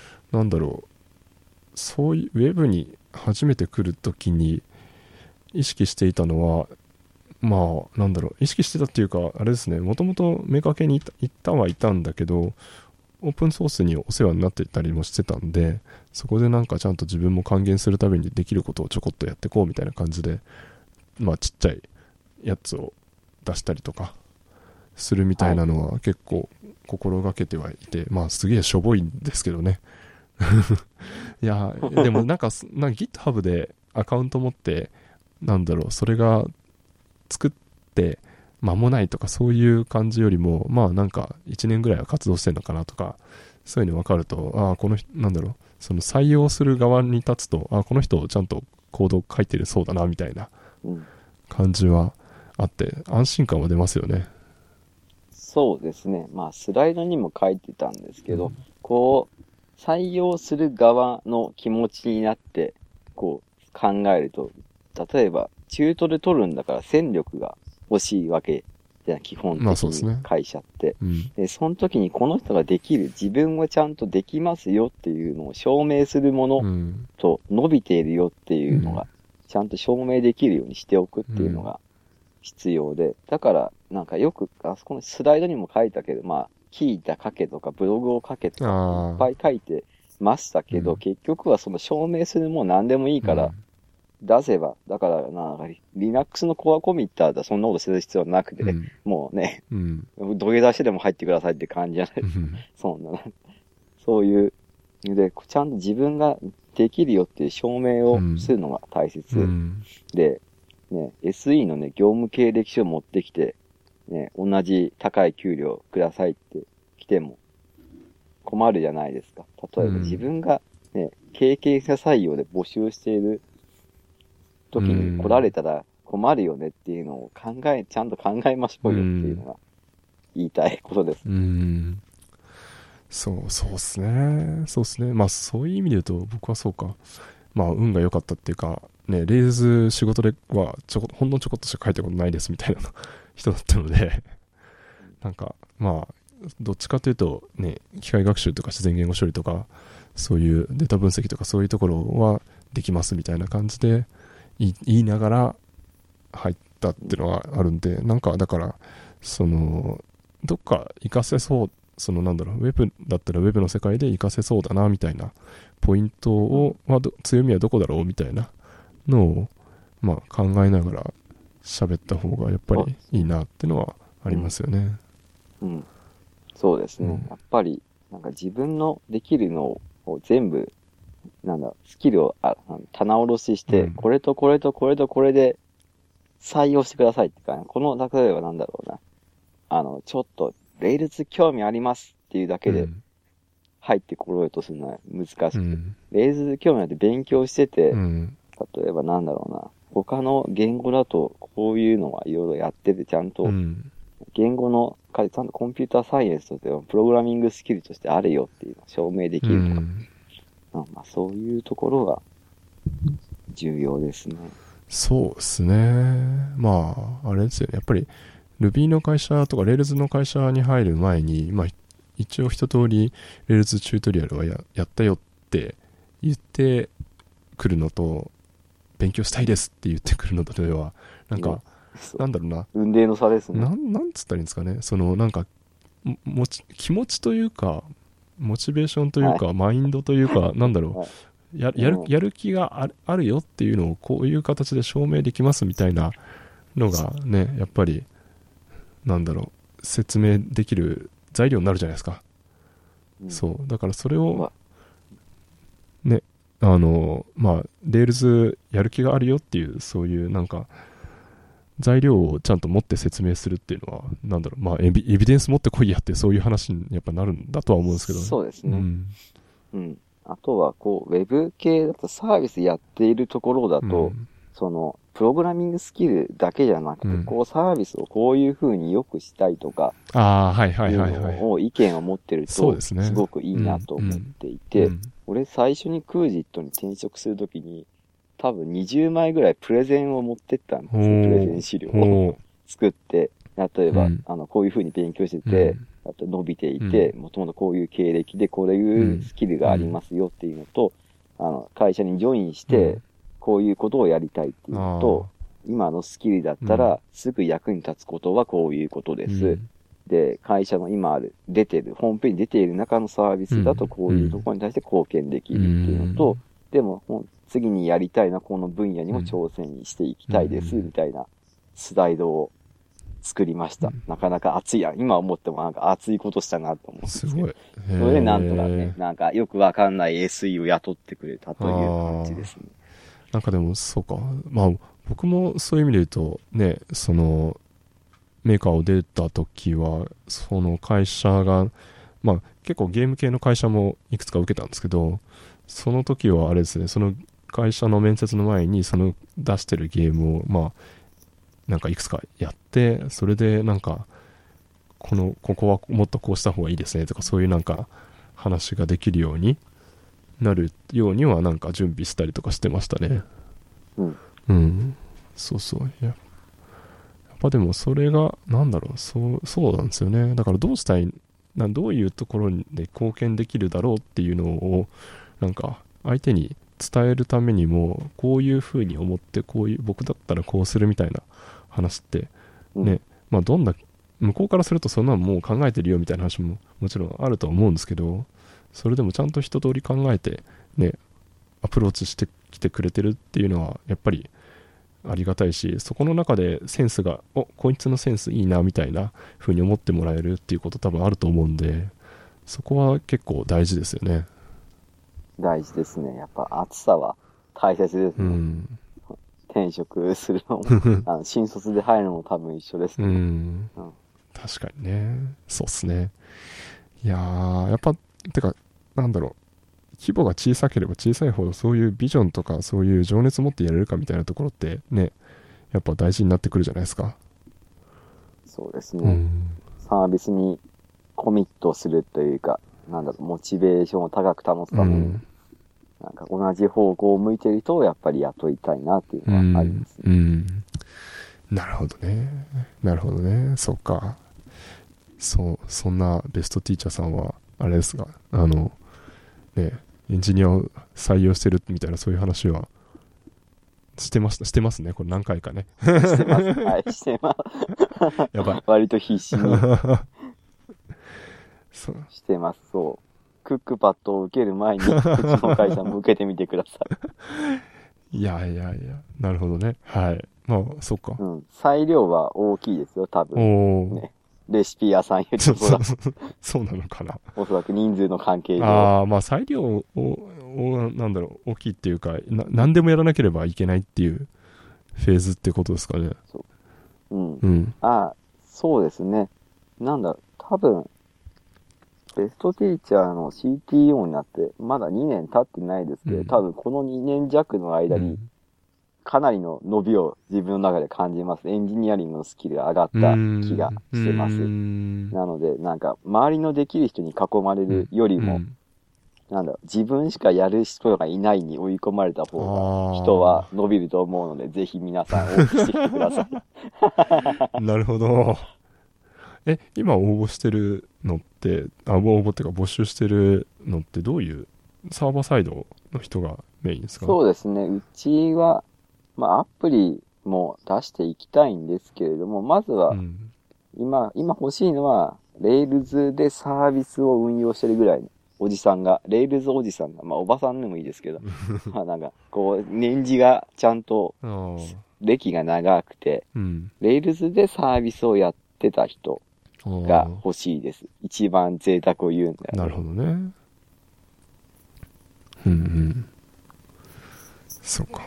そういうウェブに初めて来るときに意識していたのは、まあ意識してたっていうか、あれですね、もともとメーカー系にいたんだけど、オープンソースにお世話になってたりもしてたんで、そこでなんかちゃんと自分も還元するためにできることをちょこっとやっていこうみたいな感じで、まあちっちゃいやつを出したりとかするみたいなのは結構心がけてはいて、まあすげえしょぼいんですけどね。いや、でもなんかGitHub でアカウント持って、それが作って間もないとかそういう感じよりも、まあなんか1年ぐらいは活動してんのかなとか、そういうの分かると、この人、その採用する側に立つと、この人ちゃんとコード書いてるそうだなみたいな感じはあって、安心感は出ますよね。 そうですね。まあスライドにも書いてたんですけど、採用する側の気持ちになって考えると、例えば中途で取るんだから戦力が欲しいわけじゃ基本的に会社って、でその時にこの人ができる、自分はちゃんとできますよっていうのを証明するものと伸びているよっていうのがちゃんと証明できるようにしておくっていうのが必要で、だからなんかよく、あそこのスライドにも書いたけど、まあ、聞いた書けとかブログを書けとかいっぱい書いてましたけど、結局はその証明するもん何でもいいから出せば、だからなんか Linux のコアコミッターだそんなことする必要はなくて、もうね、土下座してでも入ってくださいって感じじゃない。そんな、そういう、で、ちゃんと自分ができるよっていう証明をするのが大切。で、ね、SE のね、業務経歴書を持ってきて、ね、同じ高い給料くださいって来ても困るじゃないですか。例えば自分がね、経験者採用で募集している時に来られたら困るよねっていうのをちゃんと考えましょうよっていうのが言いたいことです。 そうっすね。そうっすね。まあそういう意味で言うと僕はそうか。まあ運が良かったっていうか、ね、レーズ仕事ではほんのちょこっとしか書いたことないですみたいな人だったので、なんかまあ、どっちかというとね、機械学習とか自然言語処理とか、そういうデータ分析とかそういうところはできますみたいな感じで言いながら入ったっていうのはあるんで、なんかだから、どっか活かせそう、ウェブだったらウェブの世界で活かせそうだなみたいなポイントを、強みはどこだろうみたいなのを、まあ、考えながら喋った方がやっぱりいいなっていうのはありますよね。 そうですね。やっぱり、なんか自分のできるのを全部、スキルを棚卸しして、これとこれとこれとこれで採用してくださいってか、この、例えばちょっと、レールズ興味ありますっていうだけで入ってこようとするのは難しくて、レールズ興味あって勉強してて、例えば他の言語だとこういうのはいろいろやっててちゃんと、言語の、ちゃんとコンピューターサイエンスとしてプログラミングスキルとしてあるよっていうのを証明できるとか、まあそういうところが重要ですね。 そうですね。まあ、あれですよね。やっぱり Ruby の会社とか Rails の会社に入る前に、まあ一応一通り Rails チュートリアルは やったよって言ってくるのと、勉強したいですって言ってくるのとでは、なんだろうな。 運命の差ですね。 なんつったらいいんですかね。気持ちというか、モチベーションというか、マインドというか、やる気があるよっていうのをこういう形で証明できますみたいなのがね、やっぱり、説明できる材料になるじゃないですか。そう。だからそれを、ね、レールズやる気があるよっていう、そういう材料をちゃんと持って説明するっていうのは、エビデンス持ってこいやってそういう話にやっぱなるんだとは思うんですけどね。 そうですね。あとは、ウェブ系だとサービスやっているところだと、プログラミングスキルだけじゃなくて、サービスをこういう風によくしたいとか、意見を持ってると、すごくいいなと思っていて、俺最初にクージットに転職するときに、多分20枚ぐらいプレゼンを持ってったんですよ。プレゼン資料を作って、例えば、こういう風に勉強してて、あと伸びていて、もともとこういう経歴でこういうスキルがありますよっていうのと、会社にジョインして、こういうことをやりたいっていうのと、今のスキルだったら、すぐ役に立つことはこういうことです。で、会社の今ホームページに出ている中のサービスだとこういうところに対して貢献できるっていうのと、でも、次にやりたいのはこの分野にも挑戦していきたいです、みたいなスライドを作りました。なかなか熱いやん。今思っても熱いことしたなと思うんですけど。 すごい。 それでなんとかね、よくわかんない SE を雇ってくれたという感じですね。 でも、そうか。まあ、僕もそういう意味で言うと、ね、メーカーを出た時は、その会社が、結構ゲーム系の会社もいくつか受けたんですけど、その時はあれですね、その会社の面接の前に、出してるゲームを、いくつかやって、それでここはもっとこうした方がいいですねとか、そういう話ができるようになるようには準備したりとかしてましたね。そうそう。やっぱでもそれが、そうなんですよね。だからどういうところで貢献できるだろうっていうのを、相手に伝えるためにもこういうふうに思って、こういう僕だったらこうするみたいな話ってね、まあどんな向こうからするとそんなのもう考えてるよみたいな話ももちろんあるとは思うんですけど、それでもちゃんと一通り考えてねアプローチしてきてくれてるっていうのはやっぱりありがたいし、そこの中でセンスがこいつのセンスいいなみたいな風に思ってもらえるっていうこと多分あると思うんで、そこは結構大事ですよね。 大事ですね。やっぱ暑さは大切ですね。転職するのも新卒で入るのも多分一緒ですけど、 確かにね。そうっすね。いやー、やっぱてかなんだろう、規模が小さければ小さいほどそういうビジョンとかそういう情熱持ってやれるかみたいなところってね、やっぱ大事になってくるじゃないですか。 そうですね。サービスにコミットするというか、なんだろう、モチベーションを高く保つために、なんか同じ方向を向いている人をやっぱり雇いたいなっていうのはありますね。 なるほどね。なるほどね。そっか。そんなベストティーチャーさんはあれですが、ね、エンジニアを採用してるみたいなそういう話はしてますね。これ何回かね。 してます。はい、してます。 やばい。 割と必死にしてます。そう。クックパッドを受ける前に、うちの会社も受けてみてください。いや、なるほどね。はい。まあ、そっか。 裁量は大きいですよ、多分。ね、レシピ屋さんよりもそうなのかな。 おそらく人数の関係上。まあ、裁量を、なんだろう、大きいっていうか、何でもやらなければいけないっていうフェーズってことですかね。 そう。そうですね。なんだ、多分、ベストティーチャーの CTO になって、まだ2年経ってないですけど、多分この2年弱の間に、かなりの伸びを自分の中で感じます。エンジニアリングのスキルが上がった気がしてます。なので、なんか、周りのできる人に囲まれるよりも、なんだろう、自分しかやる人がいないに追い込まれた方が、人は伸びると思うので、ぜひ皆さん応募してきてください。なるほど。今応募してるのって、応募っていうか募集してるのってどういうサーバーサイドの人がメインですか？ そうですね。うちは、アプリも出していきたいんですけれども、まずは、今欲しいのは、Rails でサービスを運用してるぐらいのおじさんが、Rails おじさんが、おばさんでもいいですけど、なんか、こう、年次がちゃんと、歴が長くて、Rails でサービスをやってた人が欲しいです。一番贅沢を言うんだよね。 なるほどね。そうか。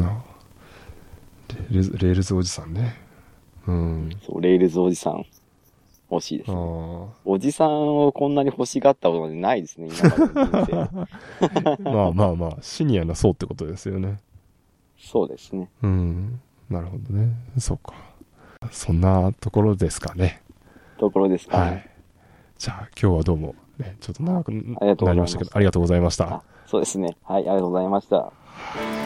レールズおじさんね。 そう、レールズおじさん欲しいですね。おじさんをこんなに欲しがったことないですね、今までの人生。 まあ、シニアな層ってことですよね。 そうですね。 なるほどね。そうか。そんなところですかね。 はい。 じゃあ今日はどうも、ね、ちょっと長くなりましたけど、ありがとうございました。 そうですね。はい、ありがとうございました。